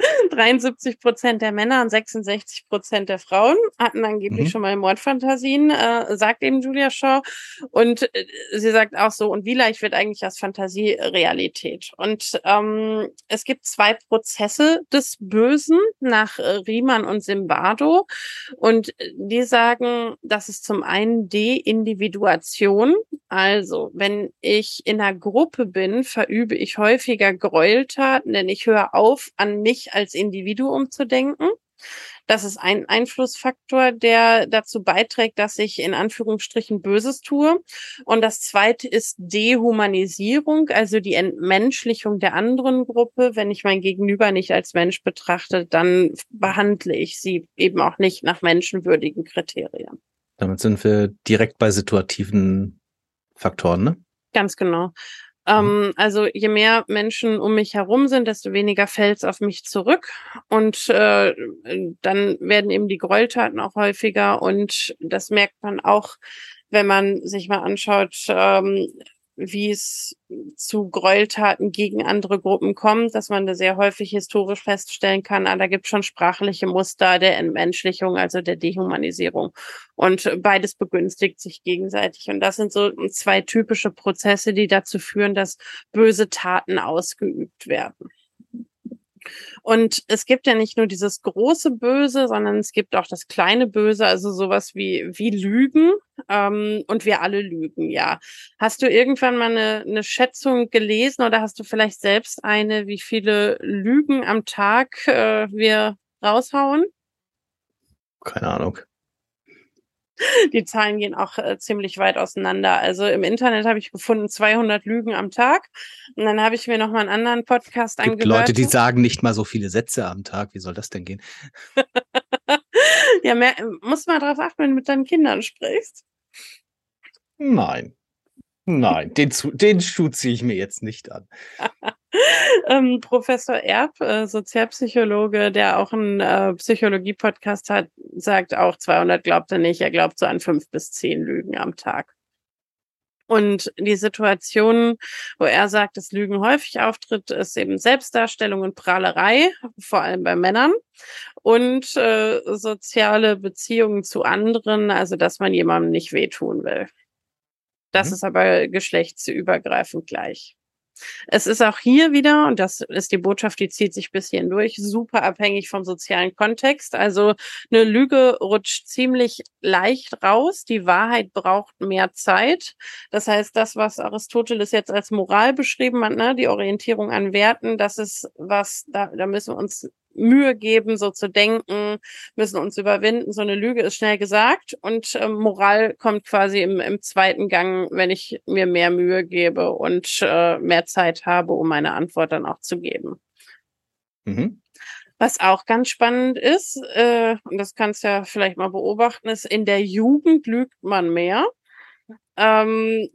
73% der Männer und 66% der Frauen hatten angeblich schon mal Mordfantasien, sagt eben Julia Shaw. Und sie sagt auch so, und wie leicht wird eigentlich das Fantasie Realität? Und es gibt 2 Prozesse des Bösen nach Riemann und Zimbardo. Und die sagen, das ist zum einen Deindividuation. Also, wenn ich in einer Gruppe bin, verübe ich häufiger Gräueltaten, denn ich höre auf, an mich als Individuum zu denken. Das ist ein Einflussfaktor, der dazu beiträgt, dass ich in Anführungsstrichen Böses tue. Und das zweite ist Dehumanisierung, also die Entmenschlichung der anderen Gruppe. Wenn ich mein Gegenüber nicht als Mensch betrachte, dann behandle ich sie eben auch nicht nach menschenwürdigen Kriterien. Damit sind wir direkt bei situativen Faktoren, ne? Ganz genau. Also je mehr Menschen um mich herum sind, desto weniger fällt es auf mich zurück. Und dann werden eben die Gräueltaten auch häufiger. Und das merkt man auch, wenn man sich mal anschaut, wie es zu Gräueltaten gegen andere Gruppen kommt, dass man da sehr häufig historisch feststellen kann, da gibt es schon sprachliche Muster der Entmenschlichung, also der Dehumanisierung. Und beides begünstigt sich gegenseitig. Und das sind so 2 typische Prozesse, die dazu führen, dass böse Taten ausgeübt werden. Und es gibt ja nicht nur dieses große Böse, sondern es gibt auch das kleine Böse, also sowas wie Lügen. Und wir alle lügen, ja. Hast du irgendwann mal eine Schätzung gelesen oder hast du vielleicht selbst eine, wie viele Lügen am Tag wir raushauen? Keine Ahnung. Die Zahlen gehen auch ziemlich weit auseinander. Also im Internet habe ich gefunden 200 Lügen am Tag. Und dann habe ich mir noch mal einen anderen Podcast Es gibt angehört. Leute, die sagen nicht mal so viele Sätze am Tag. Wie soll das denn gehen? Ja, musst mal drauf achten, wenn du mit deinen Kindern sprichst. Nein. Den Schuh ziehe ich mir jetzt nicht an. Professor Erb, Sozialpsychologe, der auch einen Psychologie-Podcast hat, sagt auch 200 glaubt er nicht. Er glaubt so an 5 bis 10 Lügen am Tag. Und die Situation, wo er sagt, dass Lügen häufig auftritt, ist eben Selbstdarstellung und Prahlerei, vor allem bei Männern. Und soziale Beziehungen zu anderen, also dass man jemandem nicht wehtun will. Das Mhm. ist aber geschlechtsübergreifend gleich. Es ist auch hier wieder, und das ist die Botschaft, die zieht sich bis hierhin durch, super abhängig vom sozialen Kontext. Also eine Lüge rutscht ziemlich leicht raus. Die Wahrheit braucht mehr Zeit. Das heißt, das, was Aristoteles jetzt als Moral beschrieben hat, ne, die Orientierung an Werten, das ist was, da müssen wir uns Mühe geben, so zu denken, müssen uns überwinden. So eine Lüge ist schnell gesagt und Moral kommt quasi im zweiten Gang, wenn ich mir mehr Mühe gebe und mehr Zeit habe, um meine Antwort dann auch zu geben. Mhm. Was auch ganz spannend ist, und das kannst du ja vielleicht mal beobachten, ist, in der Jugend lügt man mehr. Ähm,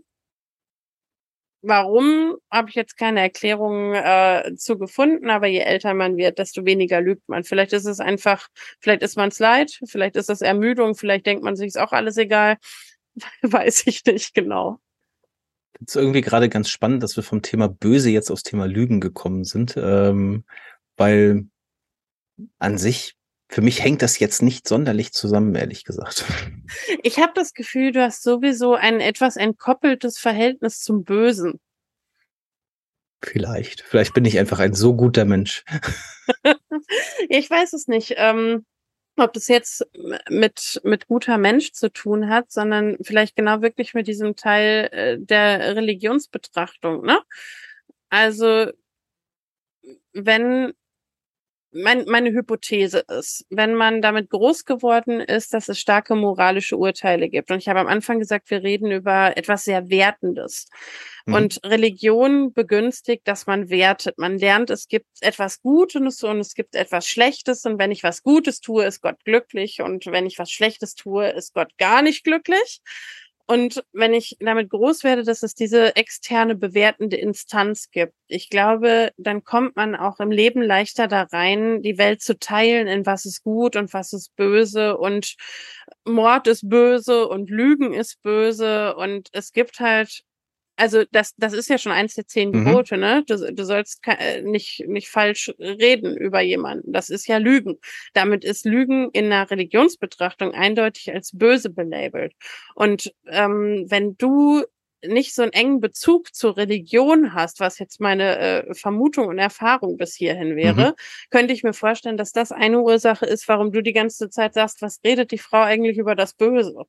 Warum, habe ich jetzt keine Erklärung zu gefunden, aber je älter man wird, desto weniger lügt man. Vielleicht ist es einfach, vielleicht ist man es leid, vielleicht ist es Ermüdung, vielleicht denkt man sich, ist auch alles egal. Weiß ich nicht genau. Es ist irgendwie gerade ganz spannend, dass wir vom Thema Böse jetzt aufs Thema Lügen gekommen sind, weil an sich, für mich hängt das jetzt nicht sonderlich zusammen, ehrlich gesagt. Ich habe das Gefühl, du hast sowieso ein etwas entkoppeltes Verhältnis zum Bösen. Vielleicht bin ich einfach ein so guter Mensch. Ich weiß es nicht, ob das jetzt mit guter Mensch zu tun hat, sondern vielleicht genau wirklich mit diesem Teil der Religionsbetrachtung, ne? Also, wenn meine Hypothese ist, wenn man damit groß geworden ist, dass es starke moralische Urteile gibt. Und ich habe am Anfang gesagt, wir reden über etwas sehr Wertendes. Mhm. Und Religion begünstigt, dass man wertet. Man lernt, es gibt etwas Gutes und es gibt etwas Schlechtes. Und wenn ich was Gutes tue, ist Gott glücklich. Und wenn ich was Schlechtes tue, ist Gott gar nicht glücklich. Und wenn ich damit groß werde, dass es diese externe bewertende Instanz gibt, ich glaube, dann kommt man auch im Leben leichter da rein, die Welt zu teilen, in was ist gut und was ist böse und Mord ist böse und Lügen ist böse und es gibt halt, also das ist ja schon eins der 10 Mhm. Gebote, ne? Du sollst nicht falsch reden über jemanden. Das ist ja Lügen. Damit ist Lügen in einer Religionsbetrachtung eindeutig als böse belabelt. Und wenn du nicht so einen engen Bezug zur Religion hast, was jetzt meine Vermutung und Erfahrung bis hierhin Mhm. wäre, könnte ich mir vorstellen, dass das eine Ursache ist, warum du die ganze Zeit sagst, was redet die Frau eigentlich über das Böse?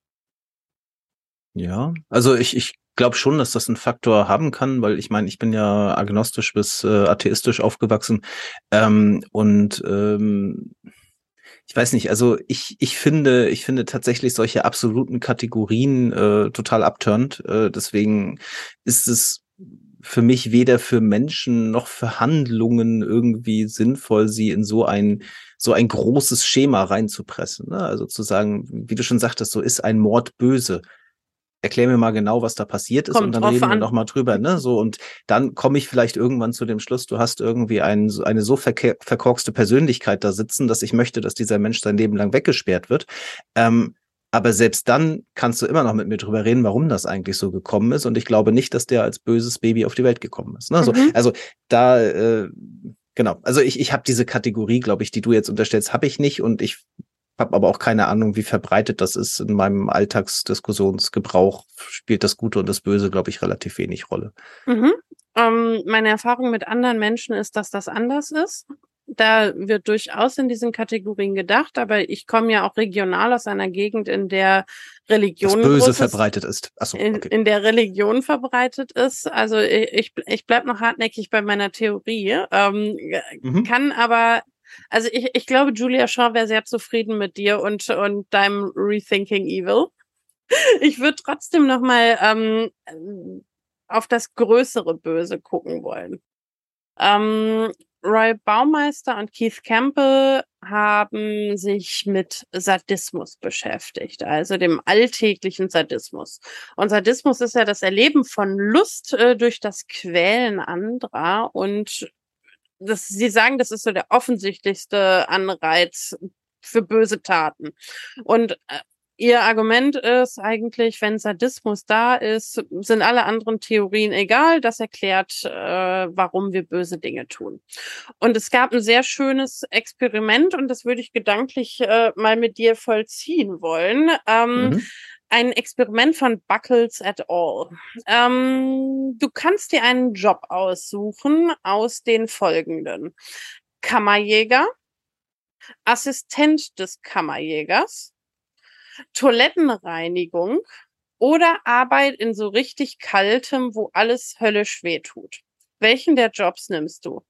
Ja, also ich glaube schon, dass das einen Faktor haben kann, weil ich meine, ich bin ja agnostisch bis atheistisch aufgewachsen. Und ich weiß nicht, also ich finde tatsächlich solche absoluten Kategorien total abturnt. Deswegen ist es für mich weder für Menschen noch für Handlungen irgendwie sinnvoll, sie in so ein großes Schema reinzupressen. Ne? Also zu sagen, wie du schon sagtest, so ist ein Mord böse. Erklär mir mal genau, was da passiert ist und Kommt dann drauf reden wir an. noch mal drüber, ne? So und dann komme ich vielleicht irgendwann zu dem Schluss, du hast irgendwie eine so verkorkste Persönlichkeit da sitzen, dass ich möchte, dass dieser Mensch sein Leben lang weggesperrt wird. Ähm, aber selbst dann kannst du immer noch mit mir drüber reden, warum das eigentlich so gekommen ist. Und ich glaube nicht, dass der als böses Baby auf die Welt gekommen ist. Ne? So, Mhm. also da, genau. Also ich habe diese Kategorie, glaube ich, die du jetzt unterstellst, habe ich nicht. Und ich habe aber auch keine Ahnung, wie verbreitet das ist. In meinem Alltagsdiskussionsgebrauch spielt das Gute und das Böse, glaube ich, relativ wenig Rolle. Mhm. Meine Erfahrung mit anderen Menschen ist, dass das anders ist. Da wird durchaus in diesen Kategorien gedacht, aber ich komme ja auch regional aus einer Gegend, in der Das Religion ein Böse großes, verbreitet ist. Ach so, okay. in der Religion verbreitet ist. Also ich bleib noch hartnäckig bei meiner Theorie, Mhm. kann aber, also ich glaube, Julia Shaw wäre sehr zufrieden mit dir und deinem Rethinking Evil. Ich würde trotzdem noch mal auf das größere Böse gucken wollen. Ähm, Roy Baumeister und Keith Campbell haben sich mit Sadismus beschäftigt, also dem alltäglichen Sadismus. Und Sadismus ist ja das Erleben von Lust durch das Quälen anderer. Und sie sagen, das ist so der offensichtlichste Anreiz für böse Taten. Und Ihr Argument ist eigentlich, wenn Sadismus da ist, sind alle anderen Theorien egal. Das erklärt, warum wir böse Dinge tun. Und es gab ein sehr schönes Experiment und das würde ich gedanklich mal mit dir vollziehen wollen. Ein Experiment von Buckles et al. Du kannst dir einen Job aussuchen aus den folgenden: Kammerjäger, Assistent des Kammerjägers, Toilettenreinigung oder Arbeit in so richtig kaltem, wo alles höllisch wehtut. Welchen der Jobs nimmst du?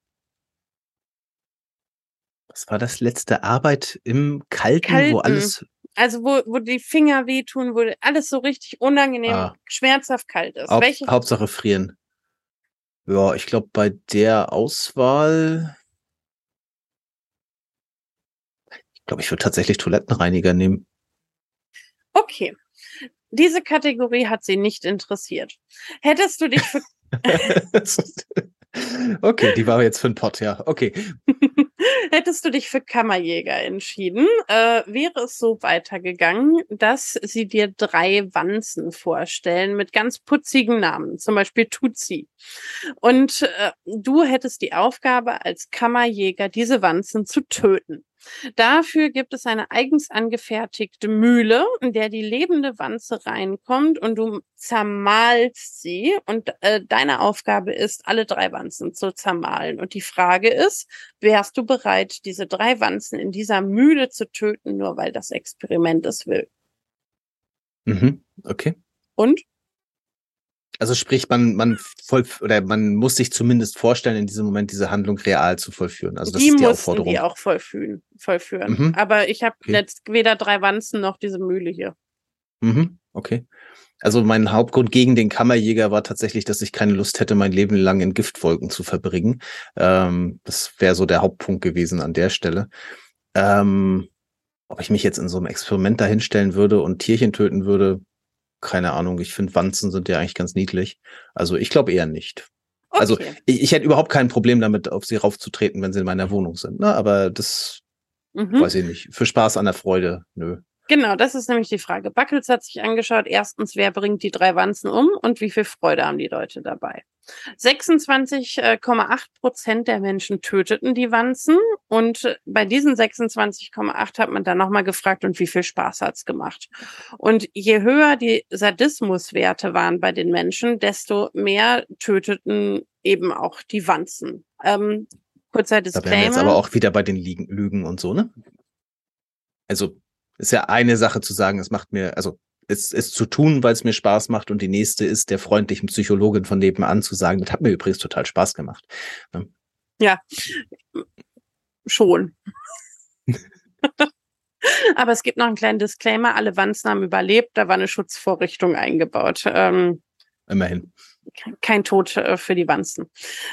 Was war das letzte? Arbeit im Kalten, wo Kalten. alles... Also wo die Finger wehtun, wo alles so richtig unangenehm, schmerzhaft kalt ist. Welche? Hauptsache frieren. Ja, ich glaube, bei der Auswahl... Ich glaube, ich würde tatsächlich Toilettenreiniger nehmen. Okay. Diese Kategorie hat sie nicht interessiert. Hättest du dich für... Okay, die war jetzt für den Pott, ja. Okay. Hättest du dich für Kammerjäger entschieden, wäre es so weitergegangen, dass sie dir 3 Wanzen vorstellen mit ganz putzigen Namen, zum Beispiel Tutsi. Und du hättest die Aufgabe, als Kammerjäger diese Wanzen zu töten. Dafür gibt es eine eigens angefertigte Mühle, in der die lebende Wanze reinkommt und du zermahlst sie. Und deine Aufgabe ist, alle 3 Wanzen zu zermahlen. Und die Frage ist, wärst du bereit, diese 3 Wanzen in dieser Mühle zu töten, nur weil das Experiment es will? Okay. Und? Also sprich, man muss sich zumindest vorstellen, in diesem Moment diese Handlung real zu vollführen. Also das ist die Aufforderung. Die auch vollführen. Aber ich habe jetzt weder 3 Wanzen noch diese Mühle hier. Okay. Also mein Hauptgrund gegen den Kammerjäger war tatsächlich, dass ich keine Lust hätte, mein Leben lang in Giftwolken zu verbringen. Das wäre so der Hauptpunkt gewesen an der Stelle. Ob ich mich jetzt in so einem Experiment dahinstellen würde und Tierchen töten würde, keine Ahnung. Ich finde, Wanzen sind ja eigentlich ganz niedlich. Also ich glaube eher nicht. Okay. Also ich hätte überhaupt kein Problem damit, auf sie raufzutreten, wenn sie in meiner Wohnung sind. Ne? Aber das weiß ich nicht. Für Spaß an der Freude, nö. Genau, das ist nämlich die Frage. Buckles hat sich angeschaut, erstens, wer bringt die 3 Wanzen um und wie viel Freude haben die Leute dabei. 26,8% der Menschen töteten die Wanzen und bei diesen 26,8 hat man dann nochmal gefragt, und wie viel Spaß hat's gemacht. Und je höher die Sadismuswerte waren bei den Menschen, desto mehr töteten eben auch die Wanzen. Kurzer Disclaimer. Da wären wir jetzt aber auch wieder bei den Lügen und so, ne? Also ist ja eine Sache zu sagen, es macht mir, also es zu tun, weil es mir Spaß macht, und die nächste ist, der freundlichen Psychologin von nebenan zu sagen, das hat mir übrigens total Spaß gemacht. Ja, schon. Aber es gibt noch einen kleinen Disclaimer, alle Wanzen haben überlebt, da war eine Schutzvorrichtung eingebaut. Immerhin. Kein Tod für die Wanzen.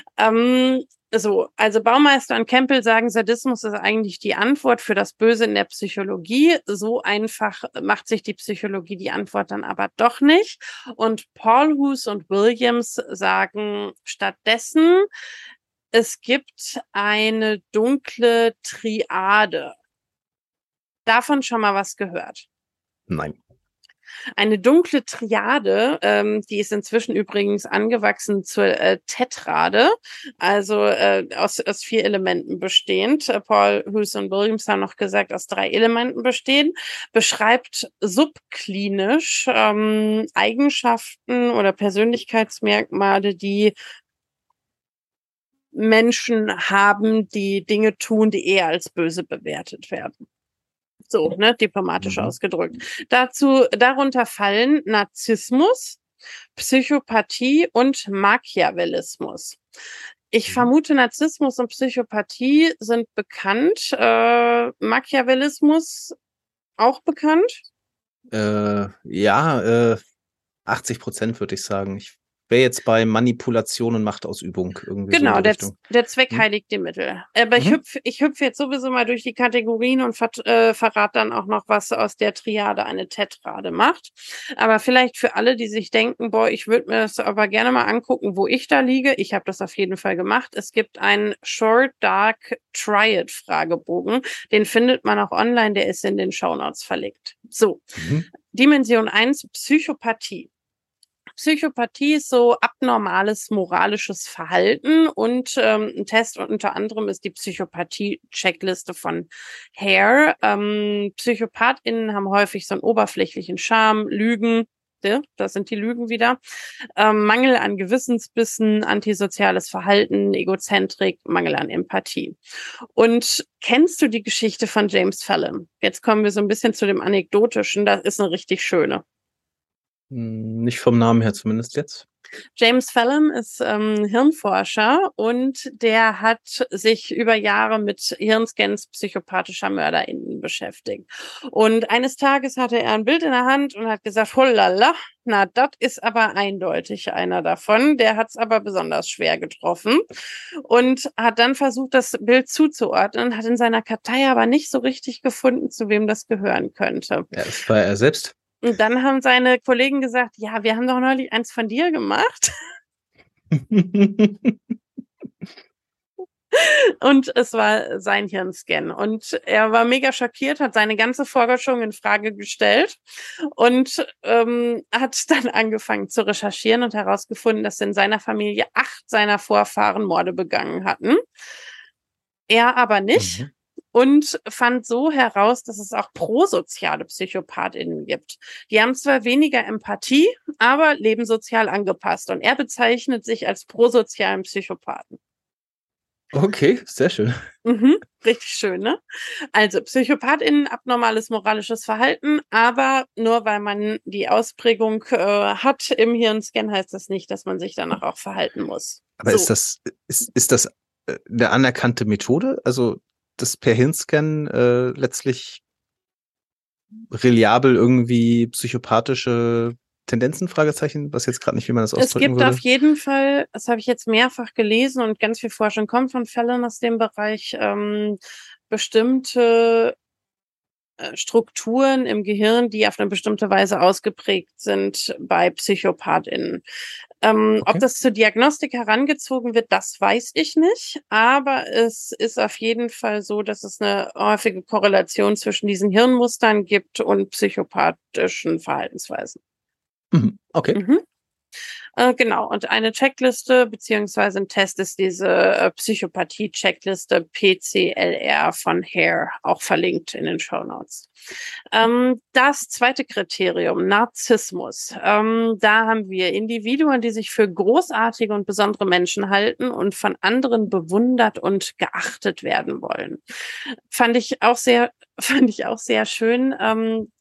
Also Baumeister und Campbell sagen, Sadismus ist eigentlich die Antwort für das Böse in der Psychologie. So einfach macht sich die Psychologie die Antwort dann aber doch nicht. Und Paulhus und Williams sagen stattdessen, es gibt eine dunkle Triade. Davon schon mal was gehört? Nein. Eine dunkle Triade, die ist inzwischen übrigens angewachsen zur Tetrade, also aus 4 Elementen bestehend. Paul, Hughes und Williams haben noch gesagt, aus 3 Elementen bestehen, beschreibt subklinisch Eigenschaften oder Persönlichkeitsmerkmale, die Menschen haben, die Dinge tun, die eher als böse bewertet werden. So, ne, diplomatisch ausgedrückt. Darunter fallen Narzissmus, Psychopathie und Machiavellismus. Ich vermute, Narzissmus und Psychopathie sind bekannt. Machiavellismus auch bekannt? Ja, 80% würde ich sagen. wäre jetzt bei Manipulation und Machtausübung irgendwie so in Genau, die Richtung. der Zweck heiligt die Mittel. Aber ich hüpfe jetzt sowieso mal durch die Kategorien und verrate dann auch noch, was aus der Triade eine Tetrade macht. Aber vielleicht für alle, die sich denken, boah, ich würde mir das aber gerne mal angucken, wo ich da liege. Ich habe das auf jeden Fall gemacht. Es gibt einen Short Dark Triad Fragebogen. Den findet man auch online, der ist in den Shownotes verlinkt. So, Dimension 1, Psychopathie. Psychopathie ist so abnormales moralisches Verhalten und ein Test unter anderem ist die Psychopathie-Checkliste von Hare. PsychopathInnen haben häufig so einen oberflächlichen Charme, Lügen, das sind die Lügen wieder, Mangel an Gewissensbissen, antisoziales Verhalten, Egozentrik, Mangel an Empathie. Und kennst du die Geschichte von James Fallon? Jetzt kommen wir so ein bisschen zu dem Anekdotischen, das ist eine richtig schöne. Nicht vom Namen her zumindest jetzt. James Fallon ist Hirnforscher und der hat sich über Jahre mit Hirnscans psychopathischer MörderInnen beschäftigt. Und eines Tages hatte er ein Bild in der Hand und hat gesagt, holala, na, das ist aber eindeutig einer davon. Der hat es aber besonders schwer getroffen und hat dann versucht, das Bild zuzuordnen, hat in seiner Kartei aber nicht so richtig gefunden, zu wem das gehören könnte. Ja, das war er selbst. Und dann haben seine Kollegen gesagt, ja, wir haben doch neulich eins von dir gemacht. Und es war sein Hirnscan. Und er war mega schockiert, hat seine ganze Forschung in Frage gestellt und hat dann angefangen zu recherchieren und herausgefunden, dass in seiner Familie 8 seiner Vorfahren Morde begangen hatten. Er aber nicht. Und fand so heraus, dass es auch prosoziale PsychopathInnen gibt. Die haben zwar weniger Empathie, aber leben sozial angepasst. Und er bezeichnet sich als prosozialen Psychopathen. Okay, sehr schön. Richtig schön, ne? Also PsychopathInnen, abnormales moralisches Verhalten, aber nur weil man die Ausprägung hat im Hirnscan, heißt das nicht, dass man sich danach auch verhalten muss. Aber ist das eine anerkannte Methode? Also das per Hirnscan letztlich reliabel irgendwie psychopathische Tendenzen, Fragezeichen, was jetzt gerade nicht, wie man das ausdrücken würde. Es gibt auf jeden Fall, das habe ich jetzt mehrfach gelesen und ganz viel Forschung kommt von Fällen aus dem Bereich, bestimmte Strukturen im Gehirn, die auf eine bestimmte Weise ausgeprägt sind bei PsychopathInnen. Okay. Ob das zur Diagnostik herangezogen wird, das weiß ich nicht. Aber es ist auf jeden Fall so, dass es eine häufige Korrelation zwischen diesen Hirnmustern gibt und psychopathischen Verhaltensweisen. Okay. Genau, und eine Checkliste beziehungsweise ein Test ist diese Psychopathie-Checkliste PCLR von Hare, auch verlinkt in den Shownotes. Das zweite Kriterium, Narzissmus. Da haben wir Individuen, die sich für großartige und besondere Menschen halten und von anderen bewundert und geachtet werden wollen. Fand ich auch sehr schön.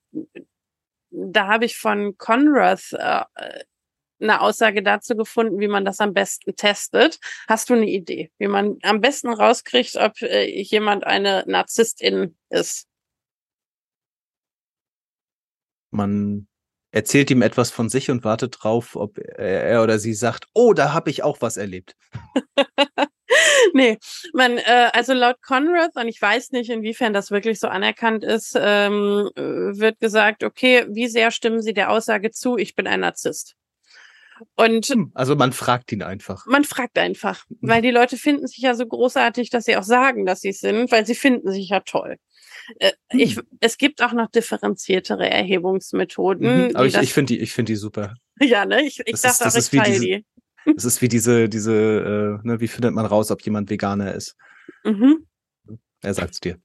Da habe ich von Conrath eine Aussage dazu gefunden, wie man das am besten testet. Hast du eine Idee, wie man am besten rauskriegt, ob jemand eine Narzisstin ist? Man erzählt ihm etwas von sich und wartet drauf, ob er oder sie sagt, oh, da habe ich auch was erlebt. Nee, also laut Conrath, und ich weiß nicht, inwiefern das wirklich so anerkannt ist, wird gesagt, okay, wie sehr stimmen Sie der Aussage zu, ich bin ein Narzisst? Und also man fragt ihn einfach. Man fragt einfach, weil die Leute finden sich ja so großartig, dass sie auch sagen, dass sie es sind, weil sie finden sich ja toll. Es gibt auch noch differenziertere Erhebungsmethoden. Aber ich finde die super. Ja, ne? Ich dachte auch, ich teile die. Das ist wie diese, wie findet man raus, ob jemand Veganer ist? Er sagt's dir.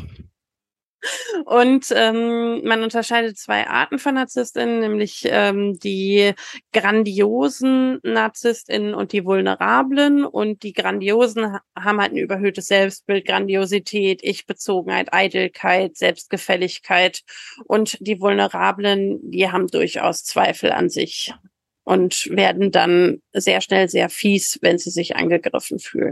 Und man unterscheidet 2 Arten von NarzisstInnen, nämlich die grandiosen NarzisstInnen und die vulnerablen. Und die grandiosen haben halt ein überhöhtes Selbstbild, Grandiosität, Ich-Bezogenheit, Eitelkeit, Selbstgefälligkeit. Und die vulnerablen, die haben durchaus Zweifel an sich und werden dann sehr schnell sehr fies, wenn sie sich angegriffen fühlen.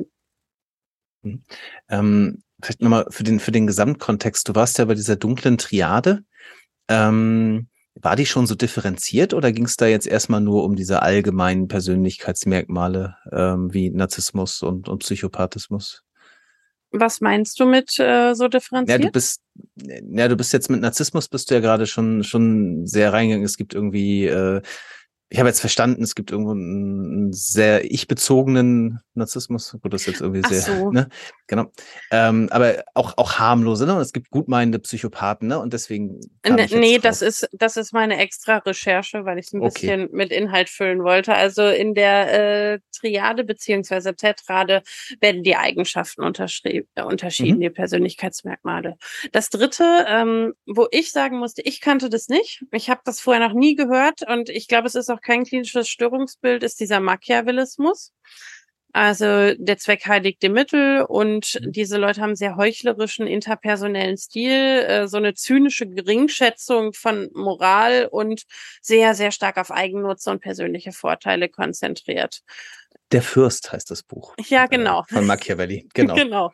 Vielleicht nochmal für den Gesamtkontext. Du warst ja bei dieser dunklen Triade. war die schon so differenziert oder ging es da jetzt erstmal nur um diese allgemeinen Persönlichkeitsmerkmale wie Narzissmus und Psychopathismus? Was meinst du mit so Ja, differenziert? du bist jetzt mit Narzissmus bist du ja gerade schon sehr reingegangen. Es gibt irgendwie, ich habe jetzt verstanden, es gibt irgendwo einen sehr ich-bezogenen Narzissmus. Gut, das ist jetzt irgendwie Ach sehr, so. ne? Genau. Aber auch harmlose, ne? Und es gibt gutmeinende Psychopathen, ne? Und deswegen kam ich jetzt Nee, drauf. das ist meine extra Recherche, weil ich es ein Okay. bisschen mit Inhalt füllen wollte. Also in der Triade beziehungsweise Tetrade werden die Eigenschaften unterschieden, Mhm. die Persönlichkeitsmerkmale. Das dritte, wo ich sagen musste, ich kannte das nicht. Ich habe das vorher noch nie gehört und ich glaube, es ist auch kein klinisches Störungsbild, ist dieser Machiavellismus. Also der Zweck heiligt die Mittel und Mhm. diese Leute haben sehr heuchlerischen interpersonellen Stil, so eine zynische Geringschätzung von Moral und sehr, sehr stark auf Eigennutz und persönliche Vorteile konzentriert. Der Fürst heißt das Buch Ja, genau, von Machiavelli. Genau. genau.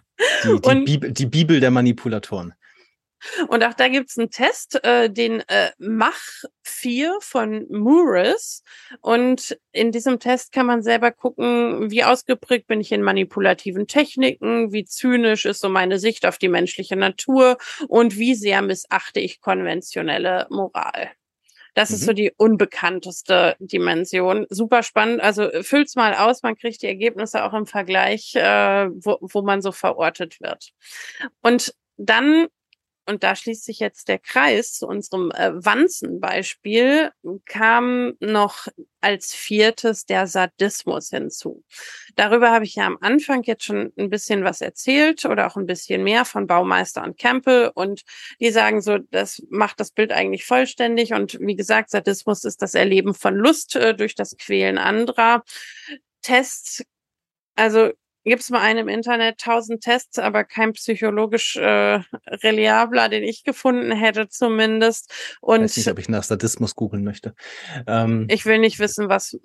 Die Und Die Bibel der Manipulatoren. Und auch da gibt's einen Test, den Mach 4 von Mures. Und in diesem Test kann man selber gucken, wie ausgeprägt bin ich in manipulativen Techniken, wie zynisch ist so meine Sicht auf die menschliche Natur und wie sehr missachte ich konventionelle Moral. Das ist so Mhm. die unbekannteste Dimension. Super spannend. Also füllt's mal aus, man kriegt die Ergebnisse auch im Vergleich, wo man so verortet wird. Und dann und da schließt sich jetzt der Kreis zu unserem Wanzenbeispiel, kam noch als viertes der Sadismus hinzu. Darüber habe ich ja am Anfang jetzt schon ein bisschen was erzählt oder auch ein bisschen mehr von Baumeister und Campbell und die sagen so, das macht das Bild eigentlich vollständig und wie gesagt, Sadismus ist das Erleben von Lust durch das Quälen anderer. Tests, also gibt's mal einen im Internet, 1000 Tests, aber kein psychologisch reliabler, den ich gefunden hätte zumindest. Weiß nicht, Und ob ich nach Sadismus googeln möchte. ich will nicht wissen, was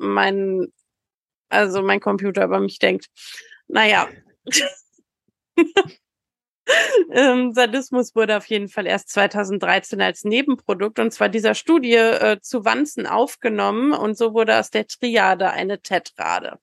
mein Computer über mich denkt. Naja, Sadismus wurde auf jeden Fall erst 2013 als Nebenprodukt und zwar dieser Studie zu Wanzen aufgenommen und so wurde aus der Triade eine Tetrade.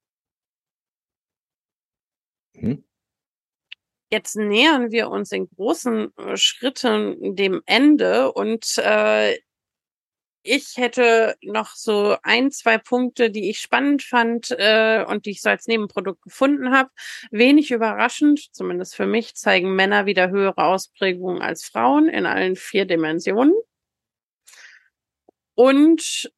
Hm? Jetzt nähern wir uns in großen Schritten dem Ende und ich hätte noch so ein, zwei Punkte, die ich spannend fand und die ich so als Nebenprodukt gefunden habe. Wenig überraschend, zumindest für mich, zeigen Männer wieder höhere Ausprägungen als Frauen in allen 4 Dimensionen. Und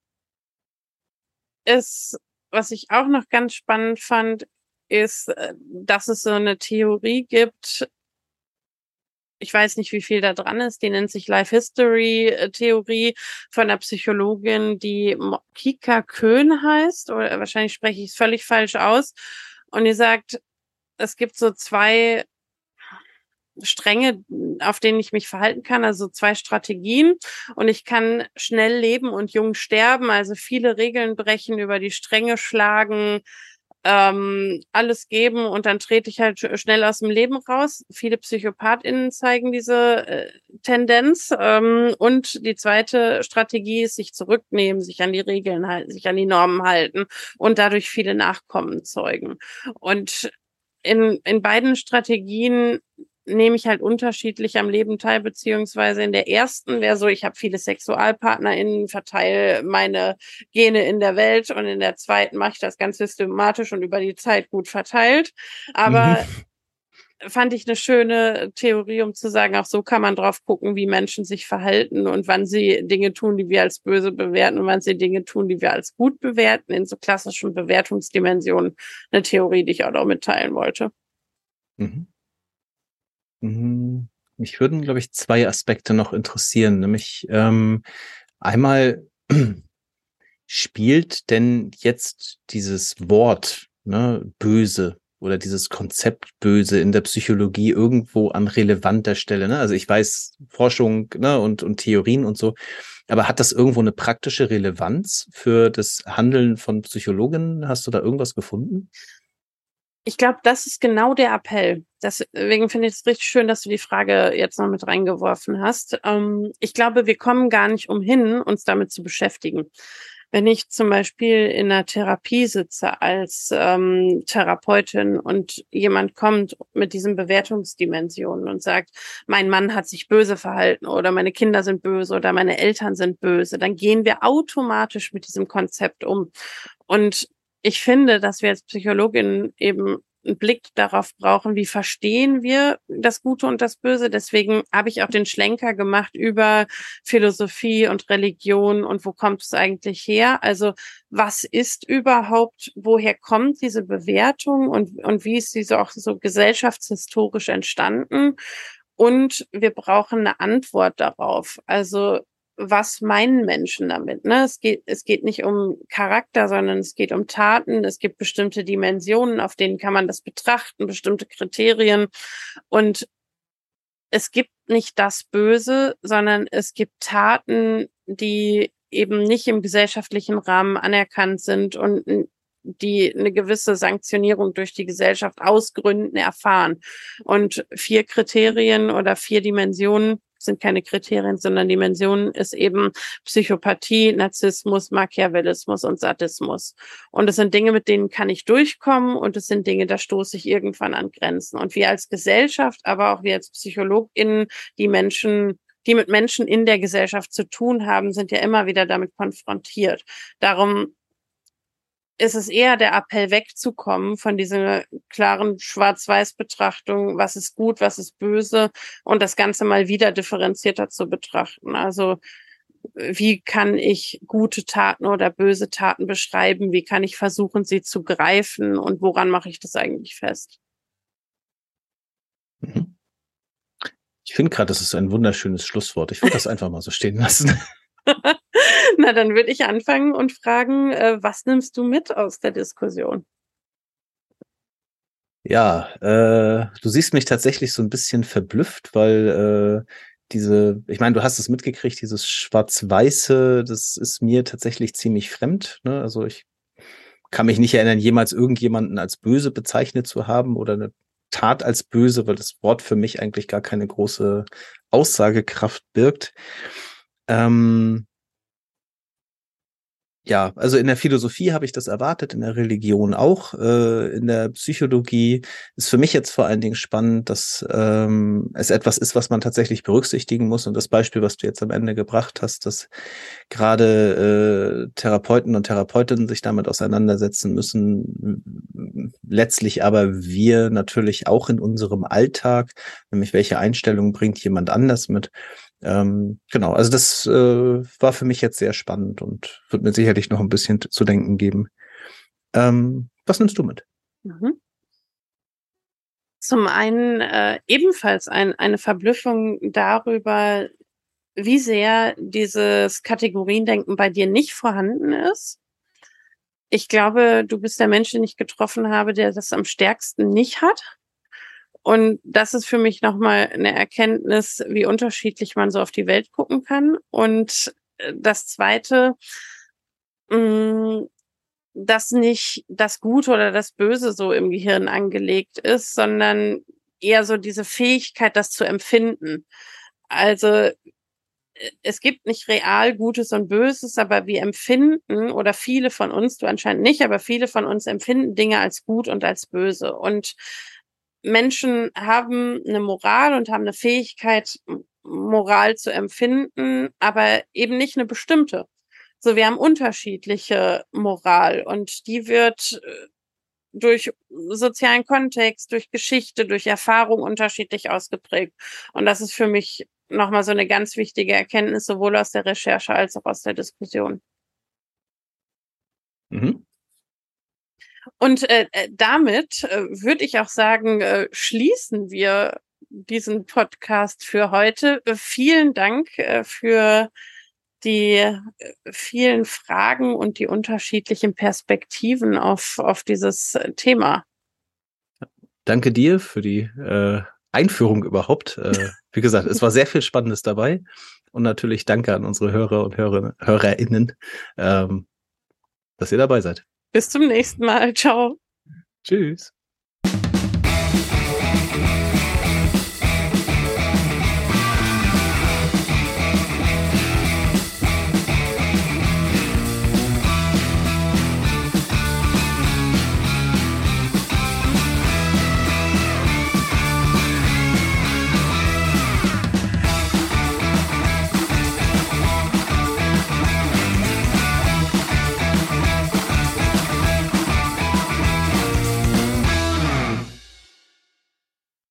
was ich auch noch ganz spannend fand, ist, dass es so eine Theorie gibt, ich weiß nicht, wie viel da dran ist, die nennt sich Life History Theorie von einer Psychologin, die Kika Köhn heißt, oder wahrscheinlich spreche ich es völlig falsch aus. Und die sagt, es gibt so 2 Stränge, auf denen ich mich verhalten kann, also 2 Strategien. Und ich kann schnell leben und jung sterben, also viele Regeln brechen, über die Stränge schlagen, alles geben und dann trete ich halt schnell aus dem Leben raus. Viele PsychopathInnen zeigen diese Tendenz. Und die zweite Strategie ist, sich zurücknehmen, sich an die Regeln halten, sich an die Normen halten und dadurch viele Nachkommen zeugen. Und in beiden Strategien nehme ich halt unterschiedlich am Leben teil, beziehungsweise in der ersten wäre so, ich habe viele SexualpartnerInnen, verteile meine Gene in der Welt und in der zweiten mache ich das ganz systematisch und über die Zeit gut verteilt. Mhm. Aber fand ich eine schöne Theorie, um zu sagen, auch so kann man drauf gucken, wie Menschen sich verhalten und wann sie Dinge tun, die wir als böse bewerten und wann sie Dinge tun, die wir als gut bewerten, in so klassischen Bewertungsdimensionen. Eine Theorie, die ich auch noch mitteilen wollte. Mhm. Mhm. Mich würden, glaube ich, 2 Aspekte noch interessieren. Nämlich einmal spielt denn jetzt dieses Wort, ne, böse oder dieses Konzept böse in der Psychologie irgendwo an relevanter Stelle, ne? Also ich weiß Forschung, ne, und Theorien und so, aber hat das irgendwo eine praktische Relevanz für das Handeln von Psychologen? Hast du da irgendwas gefunden? Ich glaube, das ist genau der Appell. Deswegen finde ich es richtig schön, dass du die Frage jetzt noch mit reingeworfen hast. Ich glaube, wir kommen gar nicht umhin, uns damit zu beschäftigen. Wenn ich zum Beispiel in einer Therapie sitze als Therapeutin und jemand kommt mit diesen Bewertungsdimensionen und sagt, mein Mann hat sich böse verhalten oder meine Kinder sind böse oder meine Eltern sind böse, dann gehen wir automatisch mit diesem Konzept um. Und ich finde, dass wir als Psychologinnen eben einen Blick darauf brauchen, wie verstehen wir das Gute und das Böse. Deswegen habe ich auch den Schlenker gemacht über Philosophie und Religion und wo kommt es eigentlich her? Also was ist überhaupt, woher kommt diese Bewertung und wie ist diese auch so gesellschaftshistorisch entstanden? Und wir brauchen eine Antwort darauf. Also was meinen Menschen damit? Ne? Es geht nicht um Charakter, sondern es geht um Taten. Es gibt bestimmte Dimensionen, auf denen kann man das betrachten, bestimmte Kriterien. Und es gibt nicht das Böse, sondern es gibt Taten, die eben nicht im gesellschaftlichen Rahmen anerkannt sind und die eine gewisse Sanktionierung durch die Gesellschaft aus Gründen erfahren. Und 4 Kriterien oder 4 Dimensionen sind keine Kriterien, sondern Dimensionen ist eben Psychopathie, Narzissmus, Machiavellismus und Sadismus. Und es sind Dinge, mit denen kann ich durchkommen und es sind Dinge, da stoße ich irgendwann an Grenzen. Und wir als Gesellschaft, aber auch wir als PsychologInnen, die mit Menschen in der Gesellschaft zu tun haben, sind ja immer wieder damit konfrontiert. Darum ist es eher der Appell wegzukommen von dieser klaren Schwarz-Weiß-Betrachtung, was ist gut, was ist böse und das Ganze mal wieder differenzierter zu betrachten. Also wie kann ich gute Taten oder böse Taten beschreiben? Wie kann ich versuchen, sie zu greifen und woran mache ich das eigentlich fest? Mhm. Ich finde gerade, das ist ein wunderschönes Schlusswort. Ich würde das einfach mal so stehen lassen. Na, dann würde ich anfangen und fragen, was nimmst du mit aus der Diskussion? Ja, du siehst mich tatsächlich so ein bisschen verblüfft, weil ich meine, du hast es mitgekriegt, dieses Schwarz-Weiße, das ist mir tatsächlich ziemlich fremd. Ne? Also ich kann mich nicht erinnern, jemals irgendjemanden als böse bezeichnet zu haben oder eine Tat als böse, weil das Wort für mich eigentlich gar keine große Aussagekraft birgt. Ja, also in der Philosophie habe ich das erwartet, in der Religion auch, in der Psychologie ist für mich jetzt vor allen Dingen spannend, dass es etwas ist, was man tatsächlich berücksichtigen muss. Und das Beispiel, was du jetzt am Ende gebracht hast, dass gerade Therapeuten und Therapeutinnen sich damit auseinandersetzen müssen, letztlich aber wir natürlich auch in unserem Alltag, nämlich welche Einstellung bringt jemand anders mit. Genau, also das war für mich jetzt sehr spannend und wird mir sicherlich noch ein bisschen zu denken geben. Was nimmst du mit? Mhm. Zum einen ebenfalls eine Verblüffung darüber, wie sehr dieses Kategoriendenken bei dir nicht vorhanden ist. Ich glaube, du bist der Mensch, den ich getroffen habe, der das am stärksten nicht hat. Und das ist für mich nochmal eine Erkenntnis, wie unterschiedlich man so auf die Welt gucken kann. Und das Zweite, mh, dass nicht das Gute oder das Böse so im Gehirn angelegt ist, sondern eher so diese Fähigkeit, das zu empfinden. Also es gibt nicht real Gutes und Böses, aber wir empfinden, oder viele von uns, du anscheinend nicht, aber viele von uns empfinden Dinge als gut und als böse. Und Menschen haben eine Moral und haben eine Fähigkeit, Moral zu empfinden, aber eben nicht eine bestimmte. So, wir haben unterschiedliche Moral und die wird durch sozialen Kontext, durch Geschichte, durch Erfahrung unterschiedlich ausgeprägt. Und das ist für mich nochmal so eine ganz wichtige Erkenntnis, sowohl aus der Recherche als auch aus der Diskussion. Mhm. Und damit würde ich auch sagen, schließen wir diesen Podcast für heute. Vielen Dank für die vielen Fragen und die unterschiedlichen Perspektiven auf dieses Thema. Danke dir für die Einführung überhaupt. Wie gesagt, es war sehr viel Spannendes dabei und natürlich danke an unsere Hörer und HörerInnen, dass ihr dabei seid. Bis zum nächsten Mal. Ciao. Tschüss.